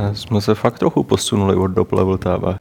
Jsme se fakt trochu posunuli od Top Level TV.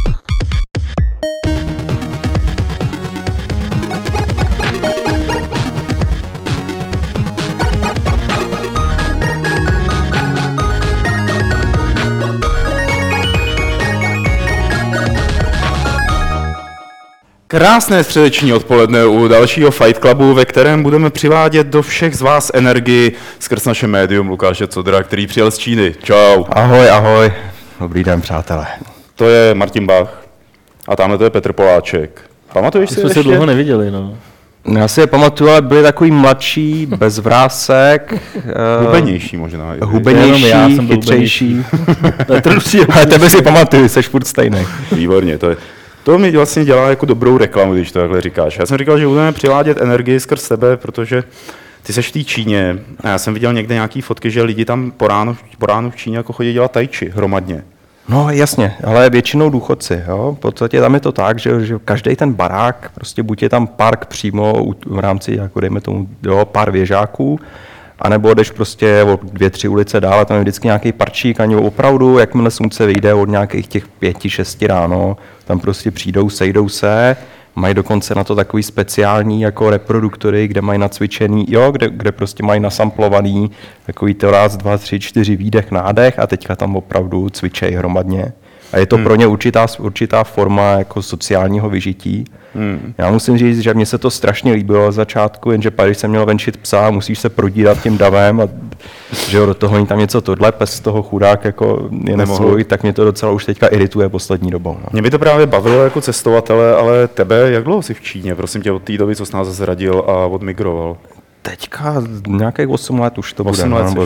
Krásné středeční odpoledne u dalšího Fight Clubu, ve kterém budeme přivádět do všech z vás energii skrz naše médium Lukáše Codra, který přijel z Číny. Čau. Ahoj, ahoj. Dobrý den, přátelé. To je Martin Bach a tamhle to je Petr Poláček. Pamatuješ si jsme ještě? se dlouho neviděli, no. Já si je pamatuju, ale byli takový mladší, bez vrásek. Hubenější možná. Hubenější, já jsem byl chytřejší. hubenější. Ale tebe si pamatuju, seš furt stejný. Výborně, to mi vlastně dělá jako dobrou reklamu, když to takhle říkáš. Já jsem říkal, že budeme přivádět energii skrz tebe, protože ty seš v té Číně a já jsem viděl někde nějaký fotky, že lidi tam po ránu v Číně jako chodí dělat tai chi hromadně. No jasně, ale většinou důchodci. Jo? V podstatě tam je to tak, že každý ten barák, prostě buď je tam park přímo v rámci, jako dejme tomu, pár věžáků, anebo jdeš prostě o 2-3 ulice dál a tam je vždycky nějaký parčík, ani opravdu, jakmile slunce vyjde od nějakých těch 5-6 ráno, tam prostě přijdou, sejdou se, mají dokonce na to takový speciální jako reproduktory, kde mají nacvičený, kde prostě mají nasamplovaný takový to raz, 2, 3, 4 výdech, nádech a teďka tam opravdu cvičejí hromadně. A je to pro ně určitá forma jako sociálního vyžití. Já musím říct, že mně se to strašně líbilo na začátku, jenže pak, když jsem měl venčit psa, musíš se prodírat tím davem a že do toho tam něco tohle, pes z toho chudák jako je nesvůj, tak mě to docela už teďka irituje poslední dobou. No. Mě by to právě bavilo jako cestovatele, ale tebe, jak dlouho jsi v Číně? Prosím tě, od té doby, co jsi nás zradil a odmigroval? Teďka nějakých 8 let už to bude, nebo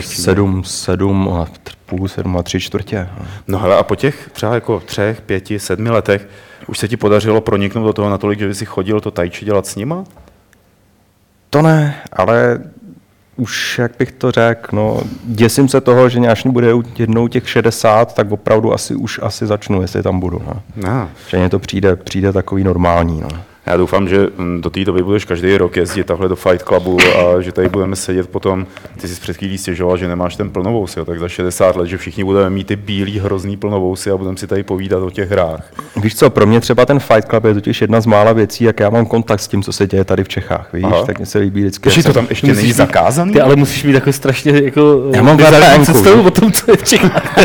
7 a půl, 7 a 3/4. No hele, a po těch třeba jako 3, 5, 7 letech už se ti podařilo proniknout do toho natolik, že by si chodil to tai chi dělat s nima? To ne, ale už, jak bych to řekl, no, děsím se toho, že až bude jednou těch 60, tak opravdu asi začnu, jestli tam budu. No. Že mně to přijde takový normální. No. Já doufám, že do té doby budeš každý rok jezdit takhle do Fight Clubu a že tady budeme sedět potom. Ty jsi před chvílí stěžoval, že nemáš ten plnovousy, tak za 60 let, že všichni budeme mít ty bílý hrozný plnovousy a budeme si tady povídat o těch hrách. Víš co, pro mě třeba ten Fight Club je totiž jedna z mála věcí, jak já mám kontakt s tím, co se děje tady v Čechách, víš, tak mě se líbí vždycky. Když to tam ještě není zakázaný? Ty ale musíš mít jako strašně jako já mám VPNku. O tom, co je v Čechách.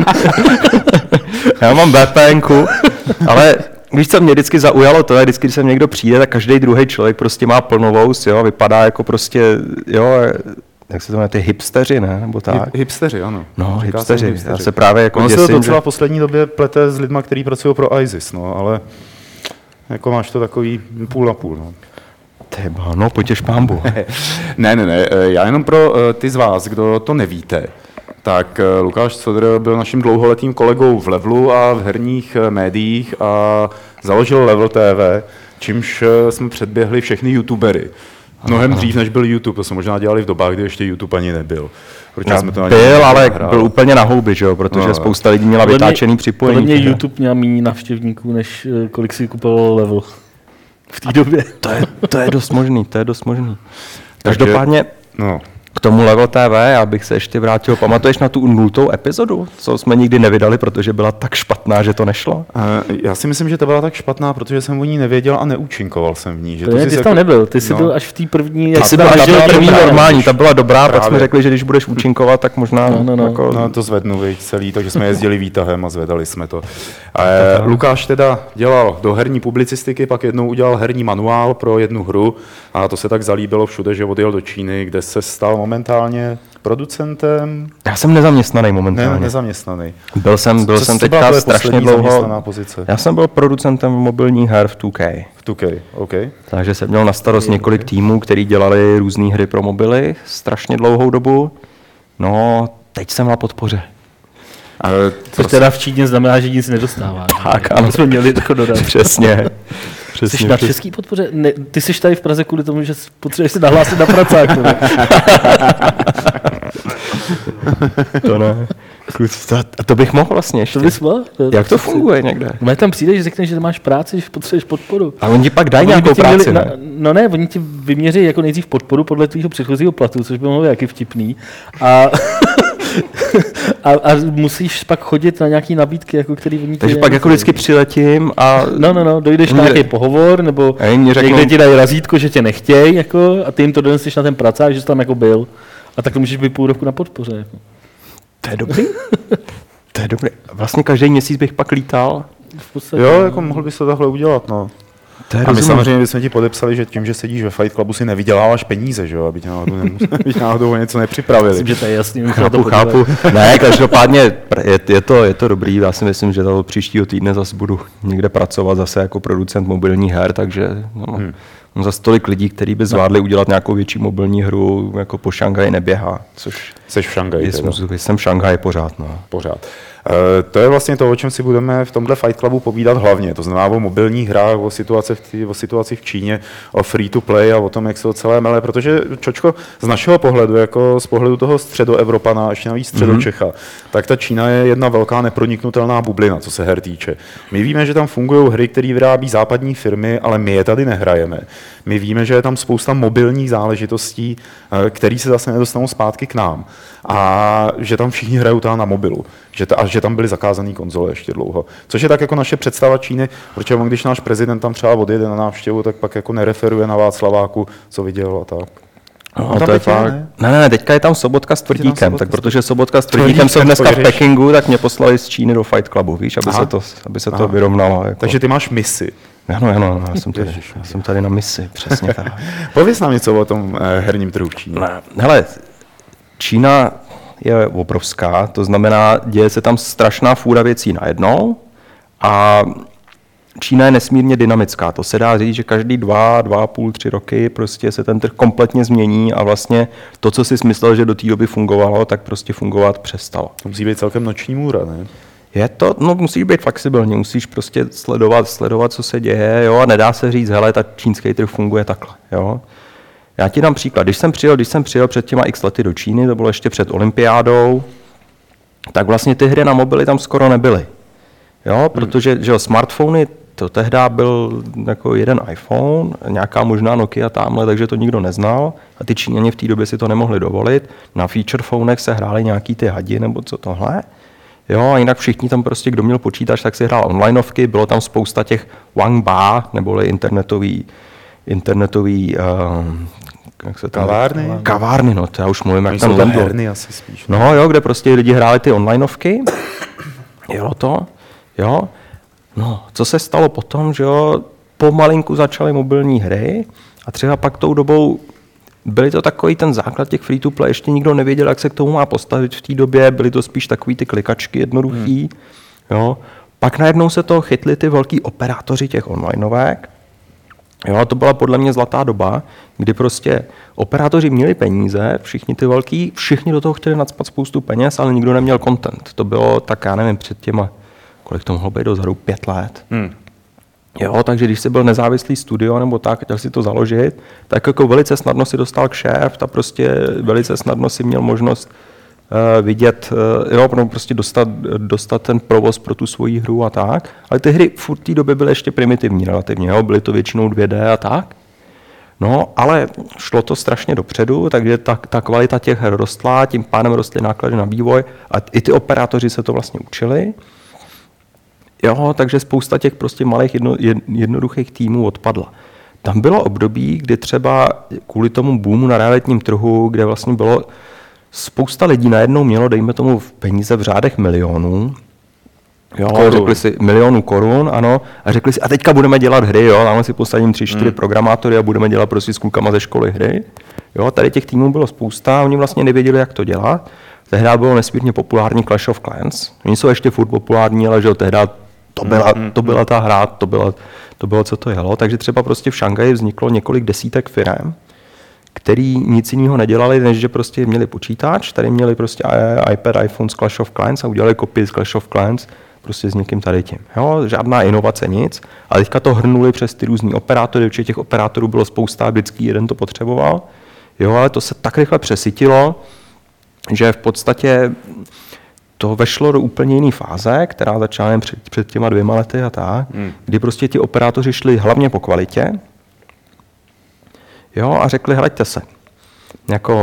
Já mám VPNku, ale víš, co mě vždycky zaujalo, to je vždycky, když sem někdo přijde, tak každý druhý člověk prostě má plnovous, jo, vypadá jako prostě, jo, jak se to jmenuje, ty hipsteři, ne, nebo tak? Hipsteři, ano. No, hipsteři. Já se právě jako děsím, se to docela v poslední době plete s lidma, kteří pracují pro ISIS, no, ale jako máš to takový půl na půl, no. Teba, no, potěš pánbu. Ne, já jenom pro ty z vás, kdo to nevíte, tak Lukáš Codr byl naším dlouholetým kolegou v Levelu a v herních médiích a založil Level TV, čímž jsme předběhli všechny youtubery. Mnohem dřív, než byl YouTube, to jsme možná dělali v dobách, kdy ještě YouTube ani nebyl. Ale byl úplně na houby, že jo, protože spousta lidí měla vytáčený připojení. Podle mě YouTube měl méně navštěvníků, než kolik si kupoval Level v té době. To je dost možný. Každopádně, k tomu Level TV, já bych se ještě vrátil. Pamatuješ na tu 0. epizodu, co jsme nikdy nevydali, protože byla tak špatná, že to nešlo? Já si myslím, že to byla tak špatná, protože jsem o ní nevěděl a neúčinkoval jsem v ní. Že ty jsi tam nebyl, ty jsi byl až v té první. Ty jsi byl až v první normální, ta byla dobrá, pak jsme řekli, že když budeš účinkovat, tak možná... No to zvednu celý, takže jsme jezdili výtahem a zvedali jsme to. Lukáš teda dělal do herní publicistiky, pak jednou udělal herní manuál pro jednu hru a to se tak zalíbilo všude, že odjel do Číny, kde se stal momentálně producentem. Já jsem nezaměstnaný momentálně. Ne, nezaměstnaný. Byl jsem teďka strašně dlouho. Pozice? Já jsem byl producentem mobilních her v 2K. V 2K, OK. Takže jsem měl na starost několik týmů, který dělali různé hry pro mobily strašně dlouhou dobu. No, teď jsem na podpoře. Což teda v Číně znamená, že nic nedostává. Tak, ano. Jsme měli to dodat. Přesně. Jsi na český podpoře? Ne, ty jsi tady v Praze kvůli tomu, že potřebuješ se nahlásit na pracák. To ne. A to bych mohl vlastně ještě. To bys mohl? Jak to funguje někde? No, tam přijdeš, řekneš, že nemáš práci, že potřebuješ podporu. A oni ti pak dají nějakou práci, ne? No ne, oni ti vyměří jako nejdřív podporu podle tvýho předchozího platu, což by mohlo být jaký vtipný. A A musíš pak chodit na nějaký nabídky, jako který oni Takže pak jako vždycky přiletím a... No, dojdeš na nějaký pohovor, nebo někde ti dají razítko, že tě nechtějí, jako, a ty jim to doneseš na ten pracák, že jsi tam jako byl. A tak to můžeš být půl roku na podpoře. Jako. To je dobrý. To je dobrý. Vlastně každý měsíc bych pak lítal. V podstatě, jo, jako mohl bys to takhle udělat, no. A my samozřejmě bychom ti podepsali, že tím, že sedíš ve Fight Clubu, si nevyděláváš peníze, že jo, aby tě náhodou něco nepřipravili. Myslím, že to je jasný. Chápu. Ne, každopádně je to dobrý. Já si myslím, že toho příštího týdne zase budu někde pracovat zase jako producent mobilních her, takže zase tolik lidí, kteří by zvládli udělat nějakou větší mobilní hru, jako po Šanghaji neběhá. Což seš v Šanghaji. Jsem v Šanghaji pořád. No. Pořád. To je vlastně to, o čem si budeme v tomhle Fight Clubu povídat hlavně. To znamená o mobilních hrách, o situaci v Číně, o free to play a o tom, jak se to celé mele. Protože, Čočko, z našeho pohledu, jako z pohledu toho středoevropana, ještě navíc středočecha, tak ta Čína je jedna velká neproniknutelná bublina, co se her týče. My víme, že tam fungují hry, které vyrábí západní firmy, ale my je tady nehrajeme. My víme, že je tam spousta mobilních záležitostí, které se zase nedostanou zpátky k nám. A že tam všichni hrajou na mobilu. Že tam byly zakázané konzole ještě dlouho. Což je tak jako naše představa Číny, protože když náš prezident tam třeba odjede na návštěvu, tak pak jako nereferuje na Václaváku, co viděl a tak. No, to je fakt. Ne, teďka je tam Sobotka s Tvrdíkem, tak protože Sobotka s Tvrdíkem jsou dneska v Pekingu, tak mě poslali z Číny do Fight Clubu, víš, aby se to vyrovnalo. Jako. Takže ty máš misi. Ano, já jsem tady na misi, přesně tak. Pověz nám něco o tom herním trhu v Číně. Hele, Čína je obrovská, to znamená, děje se tam strašná fůra věcí najednou a Čína je nesmírně dynamická. To se dá říct, že každý 2,5, 3 roky prostě se ten trh kompletně změní a vlastně to, co si myslel, že do té doby fungovalo, tak prostě fungovat přestalo. To musí být celkem noční můra, ne? Je to, musíš být flexibilní, musíš prostě sledovat, co se děje, jo, a nedá se říct, hele, ta čínský trh funguje takhle, jo. Já ti dám příklad. Když jsem přijel před těma x lety do Číny, to bylo ještě před olympiádou, tak vlastně ty hry na mobily tam skoro nebyly. Jo, protože že smartfony, to tehdy byl jako jeden iPhone, nějaká možná Nokia tamhle, takže to nikdo neznal a ty Číňani v té době si to nemohli dovolit. Na feature phonech se hrály nějaký ty hadi nebo co tohle. Jo, a jinak všichni tam prostě, kdo měl počítač, tak si hrál onlineovky, bylo tam spousta těch Wangba, neboli internetový jak se Kavárny, no to já už mluvím, jak tam herny asi spíš. No jo, kde prostě lidi hráli ty onlineovky, jo. No, co se stalo potom, že jo, pomalinku začaly mobilní hry a třeba pak tou dobou byly to takový ten základ těch free to play, ještě nikdo nevěděl, jak se k tomu má postavit v té době, byly to spíš takový ty klikačky jednoduchý, jo. Pak najednou se to chytli ty velký operátoři těch onlineovek. Jo, to byla podle mě zlatá doba, kdy prostě operátoři měli peníze, všichni do toho chtěli nacpat spoustu peněz, ale nikdo neměl content. To bylo tak, já nevím, před těma, kolik to mohlo být dozadu, 5 let. Jo, takže když jsi byl nezávislý studio nebo tak, chtěl si to založit, tak jako velice snadno si dostal kšeft a prostě velice snadno si měl možnost vidět, prostě dostat ten provoz pro tu svoji hru a tak. Ale ty hry v té době byly ještě primitivní relativně, jo? Byly to většinou 2D a tak. No, ale šlo to strašně dopředu, takže ta kvalita těch her rostla, tím pádem rostly náklady na vývoj a i ty operátoři se to vlastně učili. Jo, takže spousta těch prostě malých jednoduchých týmů odpadla. Tam bylo období, kdy třeba kvůli tomu boomu na realitním trhu, kde vlastně bylo spousta lidí najednou mělo, dejme tomu, peníze v řádech milionů. Jo, řekli si milionů korun, ano, a řekli si, a teďka budeme dělat hry, jo, dáme si posadím 3-4 programátory a budeme dělat prostě s klukama ze školy hry. Jo, tady těch týmů bylo spousta, oni vlastně nevěděli, jak to dělat. Tehdy bylo nesmírně populární Clash of Clans. Oni jsou ještě furt populární, ale že tehdy to byla ta hra, to bylo, co to jelo. Takže třeba prostě v Šanghaji vzniklo několik desítek firem, který nic jiného nedělali, než že prostě měli počítač, tady měli prostě iPad, iPhone z Clash of Clans a udělali kopii z Clash of Clans prostě s někým tady tím. Jo, žádná inovace, nic. A teďka to hrnuli přes ty různý operátory, určitě těch operátorů bylo spousta, vždycky jeden to potřeboval. Jo, ale to se tak rychle přesytilo, že v podstatě to vešlo do úplně jiné fáze, která začala před těma 2 lety a tak, kdy prostě ti operátoři šli hlavně po kvalitě, jo, a řekli, hleďte se, jako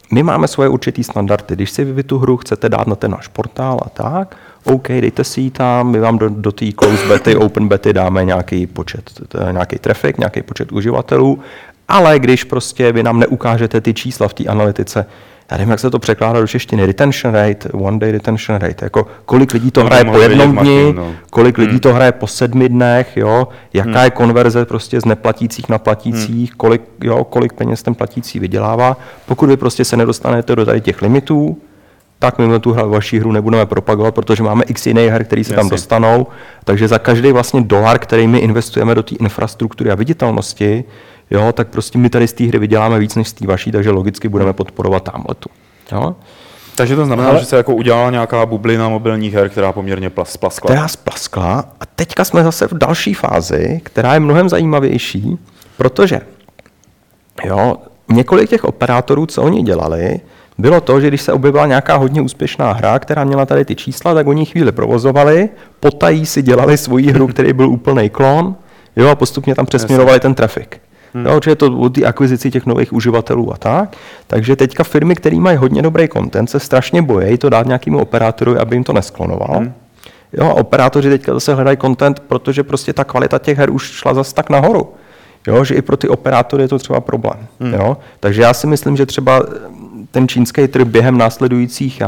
my máme svoje určitý standardy. Když si vy tu hru chcete dát na ten náš portál a tak, OK, dejte si ji tam, my vám do té close bety, open bety dáme nějaký počet, nějaký traffic, nějaký počet uživatelů, ale když prostě vy nám neukážete ty čísla v té analytice, já nevím, jak se to překládá do češtiny, retention rate, one day retention rate, jako kolik lidí to hraje po jednom dni, kolik lidí to hraje po 7 dnech, jo, jaká je konverze prostě z neplatících na platících, kolik peněz ten platící vydělává. Pokud vy prostě se nedostanete do tady těch limitů, tak my tu vaši hru nebudeme propagovat, protože máme x jiných her, který se tam dostanou, takže za každý vlastně dolar, který my investujeme do té infrastruktury a viditelnosti, jo, tak prostě my tady z té hry vyděláme víc než z té vaší, takže logicky budeme podporovat tamhletu. Jo? Takže to znamená, že se jako udělala nějaká bublina mobilních her, která poměrně splaskla. Která splaskla a teďka jsme zase v další fázi, která je mnohem zajímavější, protože několik těch operátorů, co oni dělali, bylo to, že když se objevila nějaká hodně úspěšná hra, která měla tady ty čísla, tak oni chvíli provozovali, potají si dělali svoji hru, který byl úplnej klon, a postupně tam přesměrovali ten trafik. Že je to o té akvizici těch nových uživatelů a tak. Takže teďka firmy, které mají hodně dobrý content, se strašně bojí to dát nějakému operátorovi, aby jim to nesklonoval. A operátoři teďka zase hledají content, protože prostě ta kvalita těch her už šla zase tak nahoru. Že i pro ty operátory je to třeba problém. Takže já si myslím, že třeba ten čínský trh během následujících,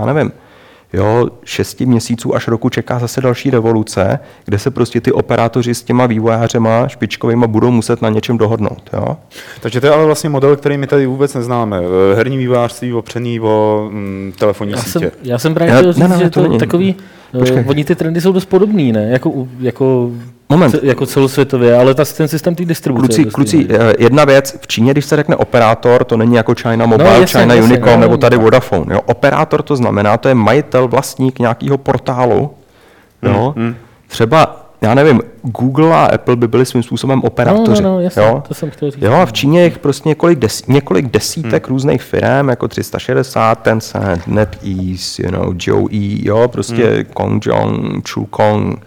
6 měsíců až roku čeká zase další revoluce, kde se prostě ty operátoři s těma vývojářema špičkovýma budou muset na něčem dohodnout. Jo? Takže to je ale vlastně model, který my tady vůbec neznáme. Herní vývojářství opřený o telefonní sítě. Já jsem právě chtěl říct, že to je takový, oni ty trendy jsou dost podobný, ne? Jako celosvětově, ale ten systém té distribuce. Kluci, jedna věc, v Číně, když se řekne operátor, to není jako China Mobile, China Unicom nebo tady Vodafone. Jo? Operátor to znamená, to je majitel, vlastník nějakého portálu. Jo? Třeba, já nevím, Google a Apple by byli svým způsobem operátoři. Jasně, to jsem chtěl říct. A v Číně je prostě několik desítek různých firm, jako 360, Tencent, NetEase, Joe, prostě Kongjong, Chukong,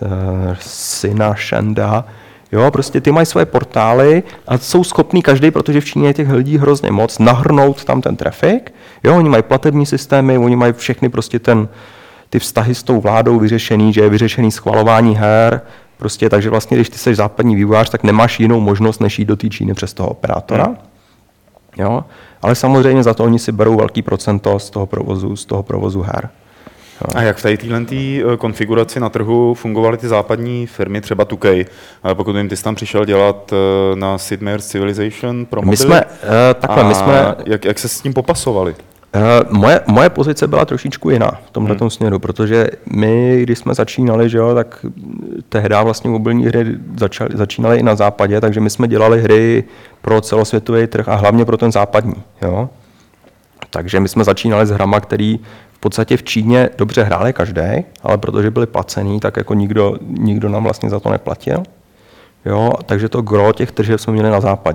Sina, Shenda, prostě ty mají svoje portály a jsou schopní každý, protože v Číně je těch lidí hrozně moc, nahrnout tam ten trafik, oni mají platební systémy, oni mají všechny prostě ty vztahy s tou vládou vyřešený, že je vyřešený schvalování her, prostě, takže vlastně, když ty jsi západní vývojář, tak nemáš jinou možnost, než jít do té Číny přes toho operátora, ale samozřejmě za to oni si berou velký procento z toho provozu her. A jak v této konfiguraci na trhu fungovaly ty západní firmy, třeba 2K? Pokud jim ty jsi tam přišel dělat na Sid Meier's Civilization pro mobily, jak se s tím popasovali? Moje pozice byla trošičku jiná v tomhletom směru, protože my, když jsme začínali, tak tehdy vlastně mobilní hry začínaly i na západě, takže my jsme dělali hry pro celosvětový trh a hlavně pro ten západní. Takže my jsme začínali s hrama, který v podstatě v Číně dobře hráli každý, ale protože byli placený, tak jako nikdo nám vlastně za to neplatil. Takže to gro těch tržeb jsme měli na západě.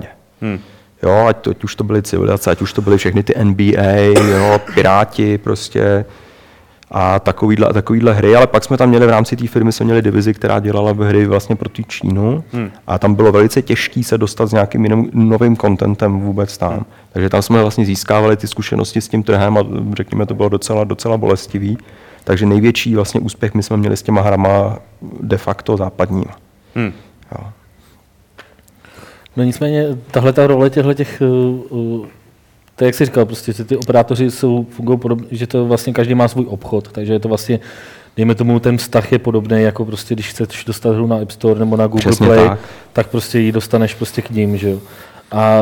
Ať už to byly civilizace, ať už to byly všechny ty NBA, Piráti prostě a takovýhle hry, ale pak jsme tam měli v rámci té firmy divizi, která dělala hry vlastně pro tu Čínu a tam bylo velice těžké se dostat s nějakým jiným novým contentem vůbec tam. Takže tam jsme vlastně získávali ty zkušenosti s tím trhem a řekněme, to bylo docela bolestivý. Takže největší vlastně úspěch my jsme měli s těma hrama de facto západníma. No nicméně tahle ta role těch to jak jsi říkal, prostě, že ty operátoři fungují podobně, že to vlastně každý má svůj obchod, takže je to vlastně, dejme tomu, ten vztah je podobný, jako prostě, když chceš dostat hru na App Store nebo na Google Přesně Play, tak prostě ji dostaneš prostě k ním, že jo. A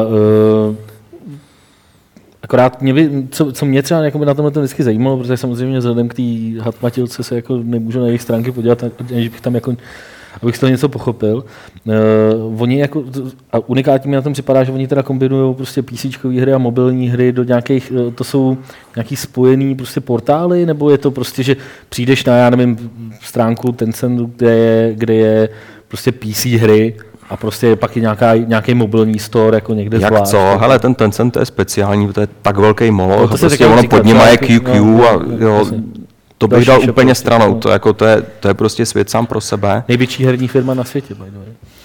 akorát co mě třeba na tomhle vždycky zajímalo, protože samozřejmě vzhledem k té hatmatilce se jako nemůžu na jejich stránky podívat, aniž bych tam jako abych z toho něco pochopil. Oni jako, a unikátní mi na tom připadá, že oni teda kombinují prostě PCčkové hry a mobilní hry do nějakých, to jsou nějaký spojený prostě portály, nebo je to prostě, že přijdeš na, já nevím, stránku Tencentu, kde je prostě PC hry a prostě pak je nějaký mobilní store jako někde zvlášť. Jak co? Hele, ten Tencent to je speciální, to je tak velký moloch, to prostě ono pod ním je QQ a to bych dal úplně stranou, to je prostě svět sám pro sebe. Největší herní firma na světě, by the way.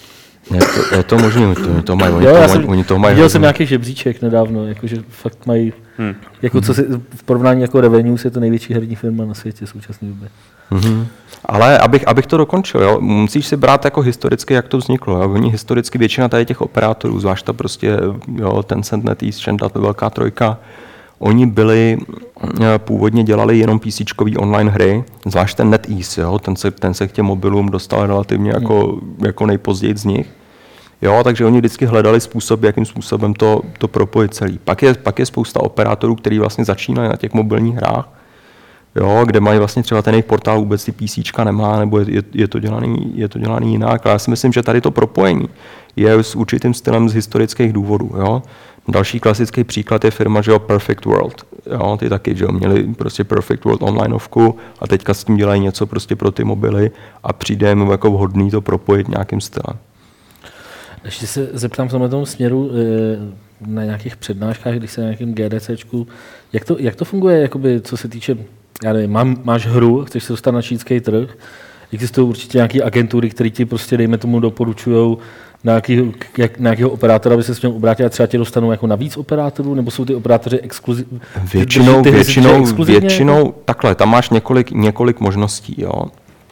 Je to možný, oni to mají, oni to mají. Viděl jsem nějaký žebříček nedávno, jakože fakt mají, jako co si, v porovnání jako Revenue je to největší herní firma na světě v současné době. Ale abych to dokončil, jo, musíš si brát jako historicky, jak to vzniklo. Jo. Oni historicky většina tady těch operátorů, zvlášť ta prostě, jo, Tencent, NetEase, Shenzhen, velká trojka, oni původně dělali jenom PCčkový online hry, zvlášť ten NetEase, jo, ten se k těm mobilům dostal relativně jako nejpozději z nich. Jo, takže oni vždycky hledali způsob, jakým způsobem to propojit celý. Pak je spousta operátorů, kteří vlastně začínají na těch mobilních hrách, jo, kde mají vlastně třeba ten jejich portál vůbec ty PCčka nemá, nebo je to dělaný jinak. Ale já si myslím, že tady to propojení je s určitým stylem z historických důvodů. Jo. Další klasický příklad je firma, že jo, Perfect World. Jo, ty taky, že jo, měli prostě Perfect World onlineovku a teďka s tím dělají něco prostě pro ty mobily a přijde jim jako vhodný to propojit nějakým stylem. Ještě se zeptám v tomhle směru na nějakých přednáškách, když se na nějakém GDCčku, jak to funguje, jakoby, co se týče, já nevím, máš hru, chceš se dostat na čínský trh, existují určitě nějaké agentury, které ti prostě, dejme tomu, doporučují nějakého operátora, aby se s ním obrátil a třeba tě dostanou jako na víc operátorů, nebo jsou ty operátoři exkluzivní? Většinou takhle, tam máš několik možností. Jo.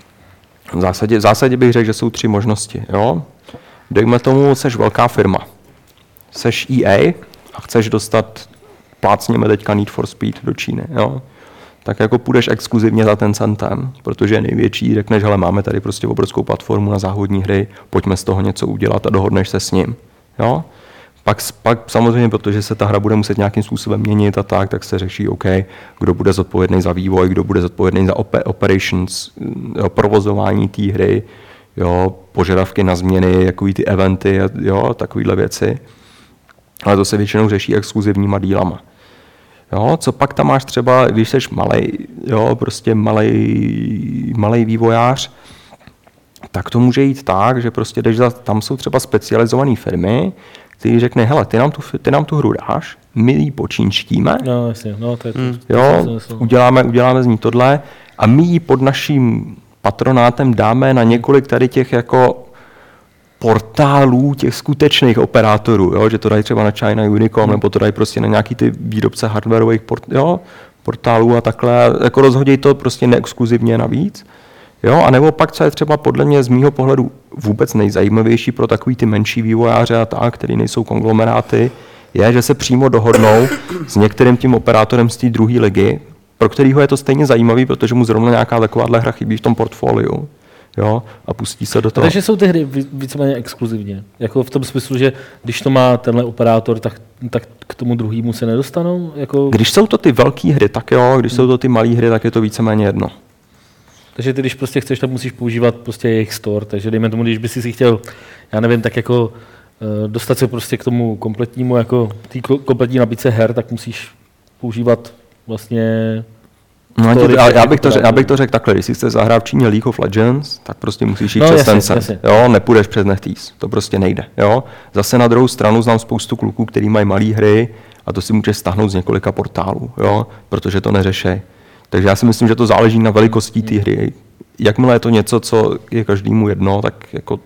V zásadě bych řekl, že jsou 3 možnosti. Jo. Dejme tomu, seš velká firma. Seš EA a chceš dostat, plácněme teďka Need for Speed do Číny. Jo. Tak jako půjdeš exkluzivně za Tencentem, protože je největší, řekneš, hele, máme tady prostě obrovskou platformu na závodní hry, pojďme z toho něco udělat a dohodneš se s ním. Jo? Pak samozřejmě, protože se ta hra bude muset nějakým způsobem měnit a tak se řeší, OK, kdo bude zodpovědný za vývoj, kdo bude zodpovědný za operations, provozování té hry, jo, požadavky na změny, jakový ty eventy, jo, takovýhle věci. Ale to se většinou řeší exkluzivníma dílama. Jo, co pak tam máš třeba, když jsi malej vývojář, tak to může jít tak, že prostě tam jsou třeba specializované firmy, který řekne, hele, ty nám tu hru dáš, my ji počínštíme, no, jasně, no, to je to, jo, uděláme z ní tohle a my ji pod naším patronátem dáme na několik tady těch jako portálů těch skutečných operátorů, jo? Že to dají třeba na China Unicom, nebo to dají prostě na nějaký ty výrobce hardwareových portálů a takhle, jako rozhodí to prostě neexkluzivně navíc. Jo? A nebo pak, co je třeba podle mě z mýho pohledu vůbec nejzajímavější pro takový ty menší vývojáře a tak, který nejsou konglomeráty, je, že se přímo dohodnou s některým tím operátorem z té druhé ligy, pro kterého je to stejně zajímavý, protože mu zrovna nějaká takováhle hra chybí v tom portfoliu. Jo, a pustí se do toho. Takže jsou ty hry víceméně exkluzivně. Jako v tom smyslu, že když to má tenhle operátor, tak k tomu druhému se nedostanou? Jako... Když jsou to ty velké hry, tak jo, když jsou to ty malé hry, tak je to víceméně jedno. Takže ty, když prostě chceš, tak musíš používat prostě jejich store. Takže dejme tomu, když by si chtěl, já nevím, tak jako dostat se prostě k tomu kompletnímu, jako té kompletní nabídce her, tak musíš používat vlastně... No, já bych to řekl takhle, když si chceš zahrát v Číně League of Legends, tak prostě musíš jít přes Tencent. Jo, nepůjdeš přes NetEase, to prostě nejde. Jo. Zase na druhou stranu znám spoustu kluků, kteří mají malé hry a to si můžeš stáhnout z několika portálů, jo, protože to neřešej. Takže já si myslím, že to záleží na velikosti té hry. Jakmile je to něco, co je každému jedno, tak jako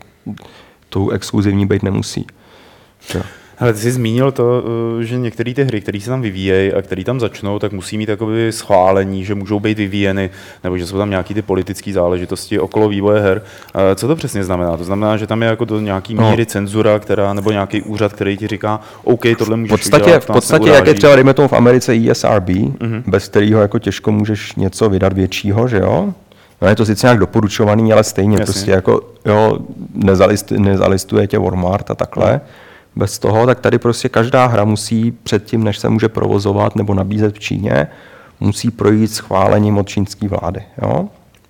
to exkluzivní být nemusí. Jo. Ale ty jsi zmínil to, že některé ty hry, které se tam vyvíjejí a které tam začnou, tak musí mít jakoby schválení, že můžou být vyvíjeny, nebo že jsou tam nějaké ty politické záležitosti okolo vývoje her. Co to přesně znamená? To znamená, že tam je jako do nějaký míry cenzura, nebo nějaký úřad, který ti říká, OK, tohle můžeš udělat. V podstatě, jak je třeba, dejme tomu v Americe ESRB, bez kterého jako těžko můžeš něco vydat většího, že jo? No, je to sice nějak doporučovaný, ale stejně prostě jako, jo, nezalistuje tě Walmart a takhle. Bez toho, tak tady prostě každá hra musí předtím, než se může provozovat nebo nabízet v Číně, musí projít schválením od čínské vlády. Jo?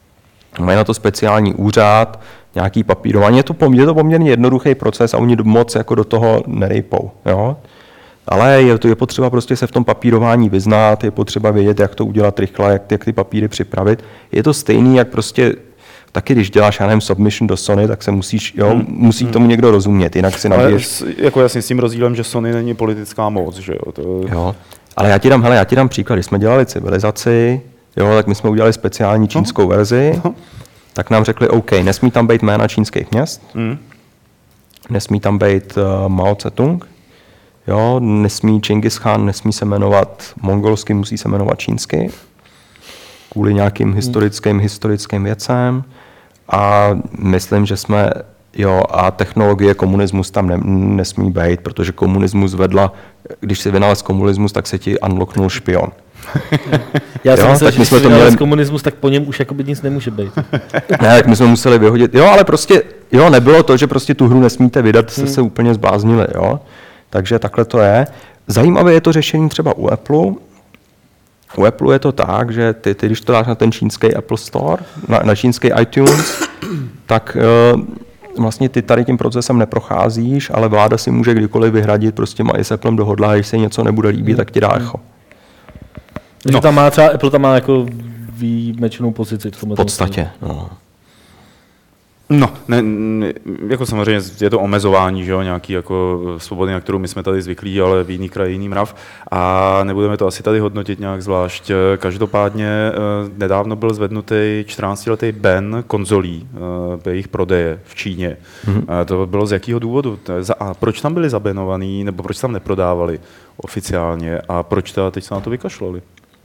Mají na to speciální úřad, nějaký papírování. Je to poměrně jednoduchý proces a oni moc jako do toho nerejpou. Jo? Ale je potřeba prostě se v tom papírování vyznat, je potřeba vědět, jak to udělat rychle, jak ty papíry připravit. Je to stejný, jak prostě taky když děláš, já nevím, submission do Sony, tak se musí k tomu někdo rozumět, jinak si nabiješ. Jako jasně s tím rozdílem, že Sony není politická moc, že jo? Jo. Ale já ti dám příklad, když jsme dělali Civilizaci, jo, tak my jsme udělali speciální čínskou verzi, tak nám řekli, OK, nesmí tam být jména čínských měst, nesmí tam být Mao Tse-tung, jo, nesmí Čingis Khan, nesmí se jmenovat mongolsky, musí se jmenovat čínsky, kvůli nějakým historickým věcem. A myslím, že jsme, a technologie komunismus tam nesmí být, protože komunismus když si vynalez komunismus, tak se ti unlocknul špion. Já si myslím, že když si vynalez komunismus, tak po něm už jakoby nic nemůže být. Ne, tak my jsme museli vyhodit. Ale prostě, nebylo to, že prostě tu hru nesmíte vydat, jste se úplně zbláznili, jo. Takže takhle to je. Zajímavé je to řešení třeba u Apple. U Apple je to tak, že ty když to dáš na ten čínský Apple Store, na čínský iTunes, tak vlastně ty tady tím procesem neprocházíš, ale vláda si může kdykoliv vyhradit, prostě má i s Applem dohodla, a když se něco nebude líbit, tak ti dá echo. Takže tam má třeba Apple tam má jako výjimečnou pozici v tomhle. V podstatě, no. No, jako samozřejmě je to omezování, že jo, nějaký jako svobody, na kterou my jsme tady zvyklí, ale v jiných krajích jiný mrav a nebudeme to asi tady hodnotit nějak zvlášť. Každopádně nedávno byl zvednutý 14letý ban konzolí, jejich prodeje v Číně. To bylo z jakého důvodu? A proč tam byli zabanovaný, nebo proč tam neprodávali oficiálně a proč teď se na to vykašlali?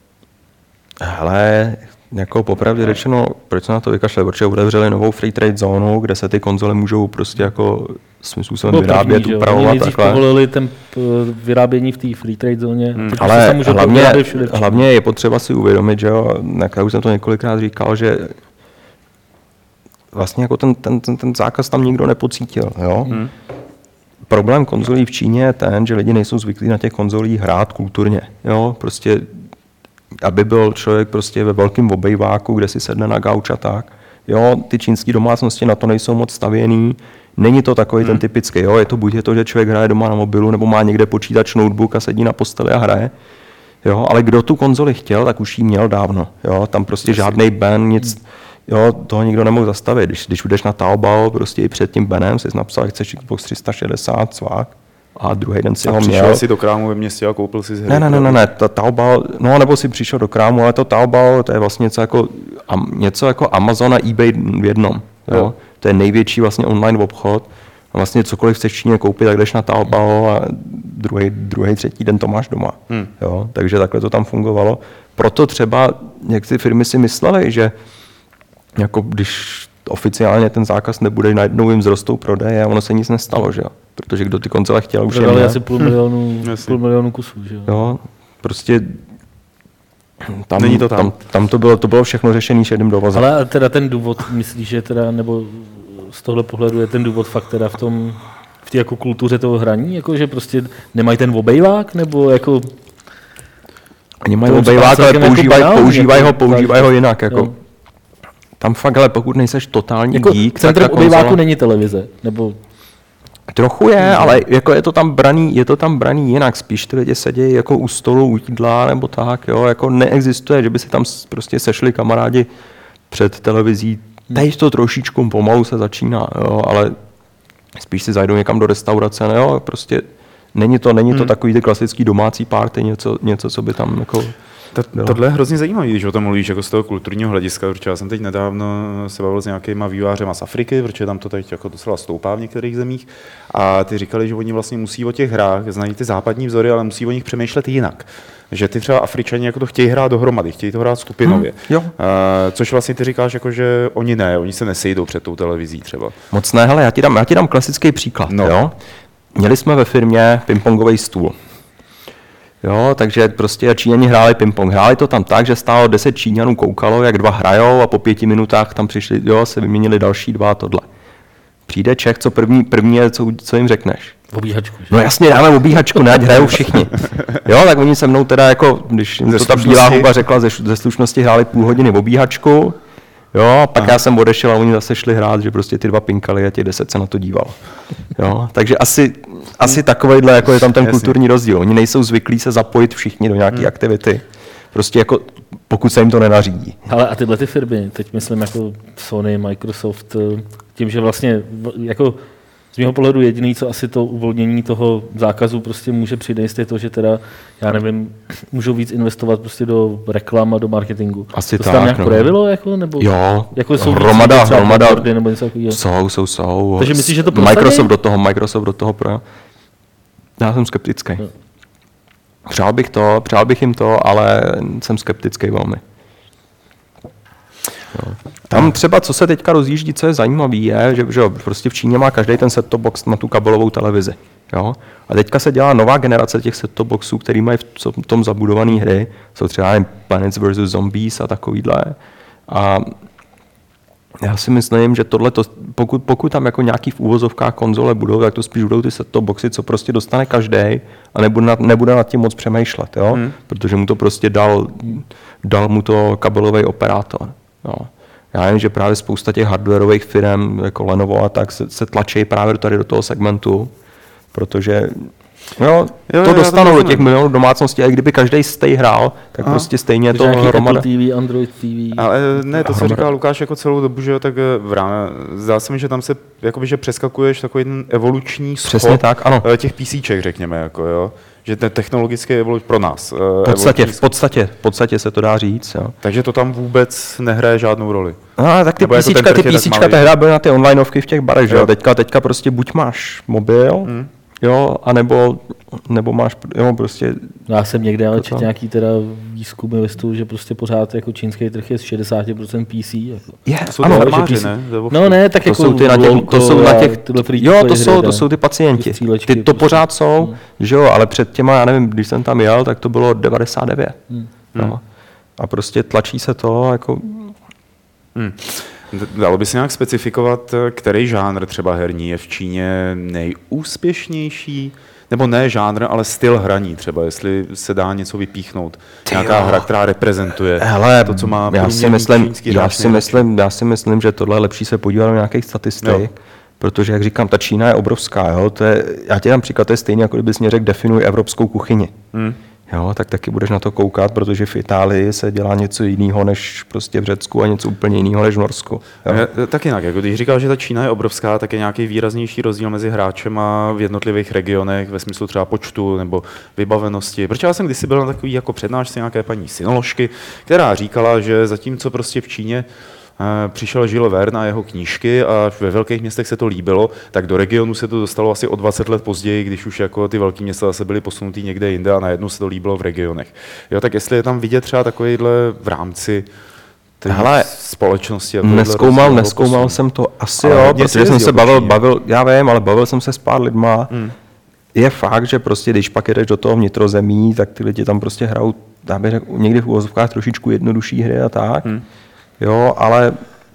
Hele, jako popravdě řečeno, proč se na to vykašlali? Protože otevřeli novou free trade zónu, kde se ty konzole můžou prostě jako svým způsobem vyrábět, upravovat. Oni povolili ten vyrábění v té free trade zóně. Ale hlavně je potřeba si uvědomit, že jo, já už jsem to několikrát říkal, že vlastně jako ten zákaz tam nikdo nepocítil, jo. Problém konzolí v Číně je ten, že lidi nejsou zvyklí na těch konzolích hrát kulturně, jo, prostě aby byl člověk prostě ve velkém obejváku, kde si sedne na gauč a tak. Jo, ty čínské domácnosti na to nejsou moc stavěný. Není to takový ten typický, jo, buď je to, že člověk hraje doma na mobilu, nebo má někde počítač, notebook a sedí na posteli a hraje. Jo, ale kdo tu konzoli chtěl, tak už ji měl dávno. Jo, tam prostě žádný ban, nic, jo, toho nikdo nemohl zastavit. Když jdeš na Taobao, prostě i před tím banem jsi napsal, že chceš Xbox 360 svák. A druhý den si ho měl. Přišel si do krámu ve městě a koupil si z hry? Ne, Taobao, no nebo si přišel do krámu, ale to Taobao, to je vlastně něco jako Amazon a eBay v jednom. Jo? To je největší vlastně online obchod. A vlastně cokoliv chceš v Číně koupit, tak jdeš na Taobao a druhý, třetí den to máš doma. Jo? Takže takhle to tam fungovalo. Proto třeba, jak ty firmy si myslely, že jako když oficiálně ten zákaz nebude, najednou jim vzrostou prodeje a ono se nic nestalo, že jo? Protože kdo ty konzole chtěl, už je měl. Asi půl milionu kusů, že jo? Jo, prostě tam to bylo všechno řešené s jedním dovozem. Ale teda ten důvod, myslíš, že teda, nebo z tohle pohledu je ten důvod fakt teda v té jako kultuře toho hraní, jako že prostě nemají ten obejvák, nebo jako... Oni mají obejvák, ale používají ho jinak, jako... Jo. Tam fakt, ale pokud nejseš totální jako geek, centrem obýváku není televize, nebo... Trochu je, ale jako je to tam braný jinak, spíš ty lidi sedějí jako u stolu, u jídla nebo tak, jo, jako neexistuje, že by si tam prostě sešli kamarádi před televizí. Teď to trošičku pomalu se začíná, jo, ale spíš si zajdou někam do restaurace, jo, prostě není to takový ty klasický domácí party, něco, co by tam jako... Tohle je hrozně zajímavé, když o tom mluvíš jako z toho kulturního hlediska, protože já jsem teď nedávno se bavil s nějakýma vývojářema z Afriky, protože tam to teď jako docela stoupá v některých zemích a ty říkali, že oni vlastně musí o těch hrách, znají ty západní vzory, ale musí o nich přemýšlet jinak. Že ty třeba Afričani jako to chtějí hrát dohromady, chtějí to hrát skupinově. Což vlastně ty říkáš, jako, že oni se nesejdou před tou televizí třeba. Moc ne, hele, já ti dám klasický příklad. No. Jo? Měli jsme ve firmě pingpongový stůl. Jo, takže prostě Číňani hráli ping-pong. Hráli to tam tak, že stálo 10 Číňanů, koukalo, jak dva hrajou a po 5 minutách tam přišli, se vyměnili další dva a tohle. Přijde Čech, co první je, co jim řekneš? Obíhačku. Že? No jasně, dáme obíhačku, ne, ať hrajou všichni. Jo, tak oni se mnou teda jako, když jim to ta bílá huba řekla, ze slušnosti hráli půl hodiny obíhačku. Jo, pak já jsem odešel a oni zase šli hrát, že prostě ty dva pinkali a těch 10 se na to díval. Jo, takže asi takovejhle, jako je tam ten kulturní rozdíl. Oni nejsou zvyklí se zapojit všichni do nějaké aktivity. Prostě jako pokud se jim to nenařídí. Ale a tyhle ty firmy, teď myslím jako Sony, Microsoft, tím, že vlastně jako z mého pohledu jediný, co asi to uvolnění toho zákazu prostě může přinést, je to, že teda, já nevím, můžou víc investovat prostě do reklam a do marketingu. Asi to tak, se tam nějak no. projevilo? Jako, nebo, Jo, jako jsou hromada. Nebo něco takového. Jsou. Takže myslíš, že to Microsoft do toho pro. Já jsem skeptický. No. Přál bych jim to, ale jsem skeptický velmi. Jo. Tam třeba, co se teďka rozjíždí, co je zajímavé, je, že prostě v Číně má každý ten set-top box na tu kabelovou televizi. Jo? A teďka se dělá nová generace těch set-top boxů, který mají v tom zabudované hry. Jsou třeba Plants vs. Zombies a takovýhle. A já si myslím, že tohle, pokud tam jako nějaký v úvozovkách konzole budou, tak to spíš budou ty set-top boxy, co prostě dostane každý a nebude nad tím moc přemýšlet, jo? Protože mu to prostě dal mu to kabelový operátor. Jo. Já vím, že právě spousta těch hardwareových firm jako Lenovo a tak se tlačí právě tady do toho segmentu, protože to dostanou do těch milionů domácností, a kdyby každý stej hrál, tak prostě stejně to hromada. Apple TV, Android TV. Ale ne, to co říkal Lukáš jako celou dobu, že jo, tak zdá se mi, že tam se jakoby, že přeskakuješ takový ten evoluční schod tak, ano. těch PCček, řekněme, jako jo. Že ten technologický evoluční pro nás. V podstatě se to dá říct. Jo. Takže to tam vůbec nehraje žádnou roli. No, tak ty PCčka tehdy byly na ty onlineovky v těch barech, že jo. Teďka prostě buď máš mobil, jo, nebo máš, jo, prostě... Já jsem někde ale četl nějaký teda výzkumy ve stůl, že prostě pořád jako čínský trh je z 60% PC. Jako. To jsou ty farmáři, ne? No ne, tak to jako jsou ty to jsou ty pacienti. Ty to pořád jsou, že jo, ale před těma, já nevím, když jsem tam jel, tak to bylo 99. No. A prostě tlačí se to jako... Dalo by se nějak specifikovat, který žánr třeba herní je v Číně nejúspěšnější? Nebo ne žánr, ale styl hraní třeba, jestli se dá něco vypíchnout. Nějaká hra, která reprezentuje to, co má já si myslím, že tohle je lepší se podívat na nějakých statistik, protože, jak říkám, ta Čína je obrovská. Jo? Já ti dám příklad, to je stejně, jako kdybys mě řekl, definuj evropskou kuchyni. Jo, tak taky budeš na to koukat, protože v Itálii se dělá něco jiného než prostě v Řecku a něco úplně jiného než v Norsku. Jo. Tak jinak, jako když říkal, že ta Čína je obrovská, tak je nějaký výraznější rozdíl mezi hráčem a v jednotlivých regionech ve smyslu třeba počtu nebo vybavenosti. Protože já jsem kdysi byl na takový jako přednášce nějaké paní synoložky, která říkala, že zatímco prostě v Číně přišel Jules Verne a jeho knížky a ve velkých městech se to líbilo, tak do regionu se to dostalo asi o 20 let později, když už jako ty velké města zase byly posunutý někde jinde a najednou se to líbilo v regionech. Jo, tak jestli je tam vidět třeba takovýhle v rámci společnosti. Neskoumal jsem to asi, jo, protože jsem se bavil, já vím, ale bavil jsem se s pár lidma. Je fakt, že prostě, když pak jedeš do toho vnitrozemí, tak ty lidi tam prostě hrajou, já bych řekl, někdy v uvozovkách trošičku jednodušší hry a tak. Jo, ale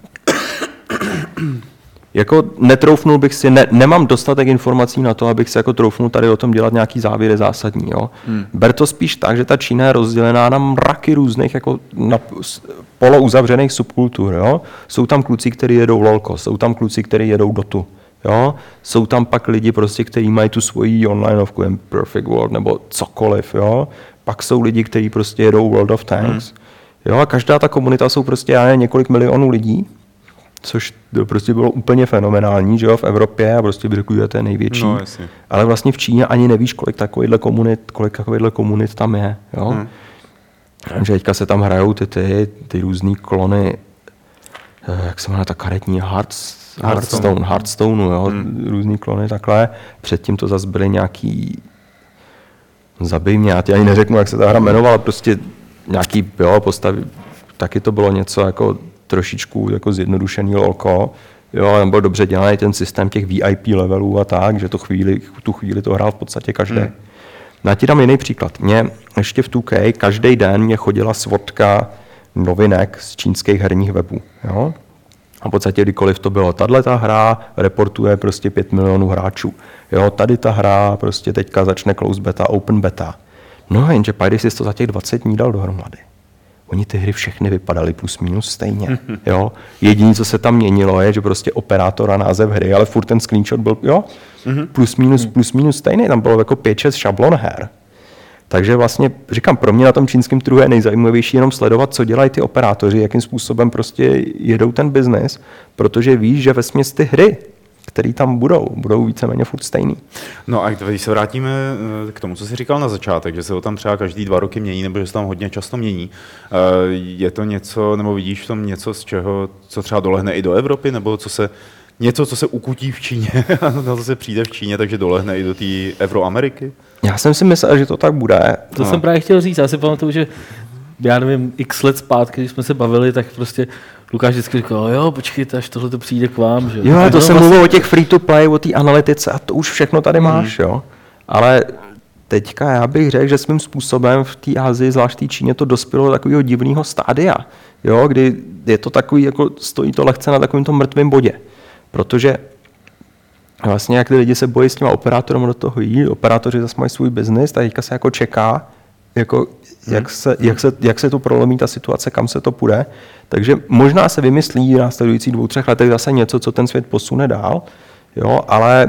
jako netroufnul bych si, nemám dostatek informací na to, abych si jako troufnul tady o tom dělat nějaký závěry zásadní. Jo. Ber to spíš tak, že ta Čína je rozdělená na mraky různých jako polouzavřených subkultur. Jo. Jsou tam kluci, kteří jedou lolko, jsou tam kluci, kteří jedou dotu. Jo. Jsou tam pak lidi, prostě, kteří mají tu svoji onlineovku, Perfect World nebo cokoliv. Jo. Pak jsou lidi, kteří prostě jedou World of Tanks. Jo, a každá ta komunita jsou prostě několik milionů lidí, což prostě bylo úplně fenomenální, že jo, v Evropě a prostě by řekl, že to je největší. No, ale vlastně v Číně ani nevíš, kolik takovýchhle komunit tam je, jo. Že teďka se tam hrajou ty různý klony, jak se jmenuje ta karetní Hearthstone, jo, různý klony takhle. Předtím to zase byly nějaký, zabij mě, já ti ani neřeknu, jak se ta hra jmenovala, prostě nějaký postavy, taky to bylo něco jako trošičku jako zjednodušený lolko, jo, tam byl dobře dělaný ten systém těch VIP levelů a tak, že tu chvíli to hrál v podstatě každý. Já ti dám jiný příklad. Mě ještě v 2K každý den mě chodila svodka novinek z čínských herních webů, jo. A v podstatě kdykoliv to bylo, tato hra reportuje prostě 5 milionů hráčů, jo, tady ta hra prostě teďka začne close beta, open beta. No jenže pak, když jsi to za těch 20 dní dal dohromady, oni ty hry všechny vypadaly plus minus stejně. Jo? Jediné, co se tam měnilo, je, že prostě operátor a název hry, ale furt ten screenshot byl plus minus stejný, tam bylo jako 5-6 šablon her. Takže vlastně, říkám, pro mě na tom čínském trhu je nejzajímavější jenom sledovat, co dělají ty operátoři, jakým způsobem prostě jedou ten biznis, protože víš, že vesměs ty hry který tam budou víceméně furt stejný. No a když se vrátíme k tomu, co jsi říkal na začátek, že se ho tam třeba každý 2 roky mění, nebo že se tam hodně často mění, je to něco, nebo vidíš v tom něco, z čeho, co třeba dolehne i do Evropy, nebo něco, co se ukutí v Číně a na to se přijde v Číně, takže dolehne i do té Euroameriky? Já jsem si myslel, že to tak bude. To jsem právě chtěl říct, já si pamatuju, že já nevím, x let zpátky, když jsme se bavili, tak prostě Lukáš vždycky říkal, jo, počkejte, až tohle to přijde k vám. Že? Jo, to jsem mluvil o těch free-to-play, o té analytice a to už všechno tady máš, jo. Ale teďka já bych řekl, že svým způsobem v té Asii, zvlášť v té Číně, to dospělo do takového divného stádia, jo, kdy je to takový, jako stojí to lehce na takovém mrtvém bodě. Protože vlastně jak ty lidi se bojí s těma operátorem do toho jít, operátoři zase mají svůj biznis, tak teďka se jako čeká, jako jak se to prolomí ta situace, kam se to půjde. Takže možná se vymyslí v následujících 2-3 letech zase něco, co ten svět posune dál, jo, ale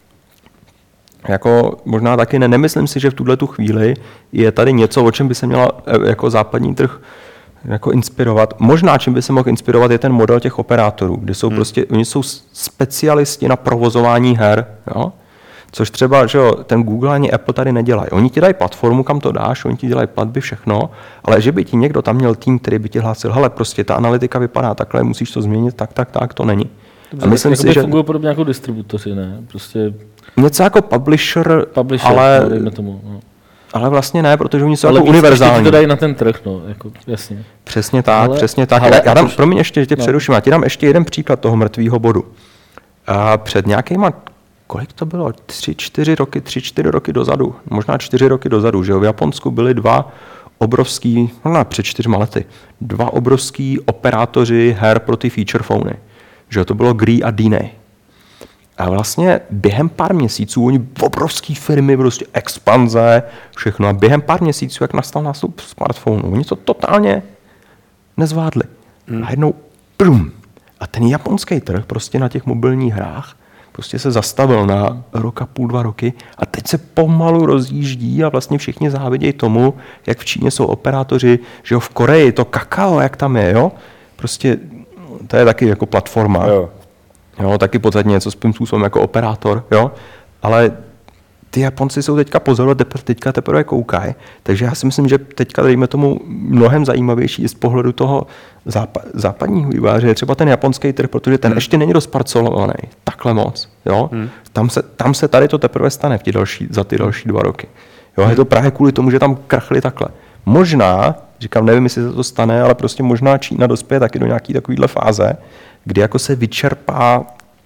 jako možná taky nemyslím si, že v tuhletu chvíli je tady něco, o čem by se měla jako západní trh jako inspirovat. Možná, čím by se mohl inspirovat, je ten model těch operátorů, kde jsou prostě, oni jsou specialisti na provozování her, jo? Což třeba, že jo, ten Google ani Apple tady nedělají. Oni ti dají platformu, kam to dáš, oni ti dělají platby, všechno, ale že by ti někdo tam měl tým, který by ti hlásil, hele, prostě ta analytika vypadá takhle, musíš to změnit, tak, to není. Dobře, a myslím si, že funguje podobně jako distributoři, ne? Prostě něco jako publisher ale dejme tomu, no. Ale vlastně ne, protože oni jsou ale jako univerzální. to dají na ten trh, no, jako, jasně. Přesně tak, přesně tak. Já dám, promiň, ještě tě přeruším, já ti dám ještě jeden příklad toho mrtvého bodu. A před nějakýma, kolik to bylo, 3-4 roky dozadu, možná 4 roky dozadu, že jo, v Japonsku byly 2 obrovský, před 4 lety, 2 obrovský operátoři her pro ty feature phony. Že jo, to bylo Gree a Dine. A vlastně během pár měsíců, oni obrovský firmy, prostě expanze, všechno. A během pár měsíců, jak nastal nástup smartphonu, oni to totálně nezvládli. A jednou brum. A ten japonský trh prostě na těch mobilních hrách prostě se zastavil na rok a půl, 2 roky a teď se pomalu rozjíždí a vlastně všichni závidějí tomu, jak v Číně jsou operátoři, že jo, v Koreji to Kakao, jak tam je, jo. Prostě to je taky jako platforma. Jo, taky podstatně něco způsobem jako operátor, jo, ale ty Japonci jsou teďka teďka teprve koukají, takže já si myslím, že teďka dejme tomu mnohem zajímavější z pohledu toho západního vývojáře je třeba ten japonský trh, protože ten ještě není rozparcelovaný takhle moc, jo, tam se tady to teprve stane za ty další 2 roky, jo, je to právě kvůli tomu, že tam krachli takhle. Možná, říkám, nevím, jestli se to stane, ale prostě možná Čína dospěje taky do nějaký takovýhle fáze, kdy jako se vyčerpá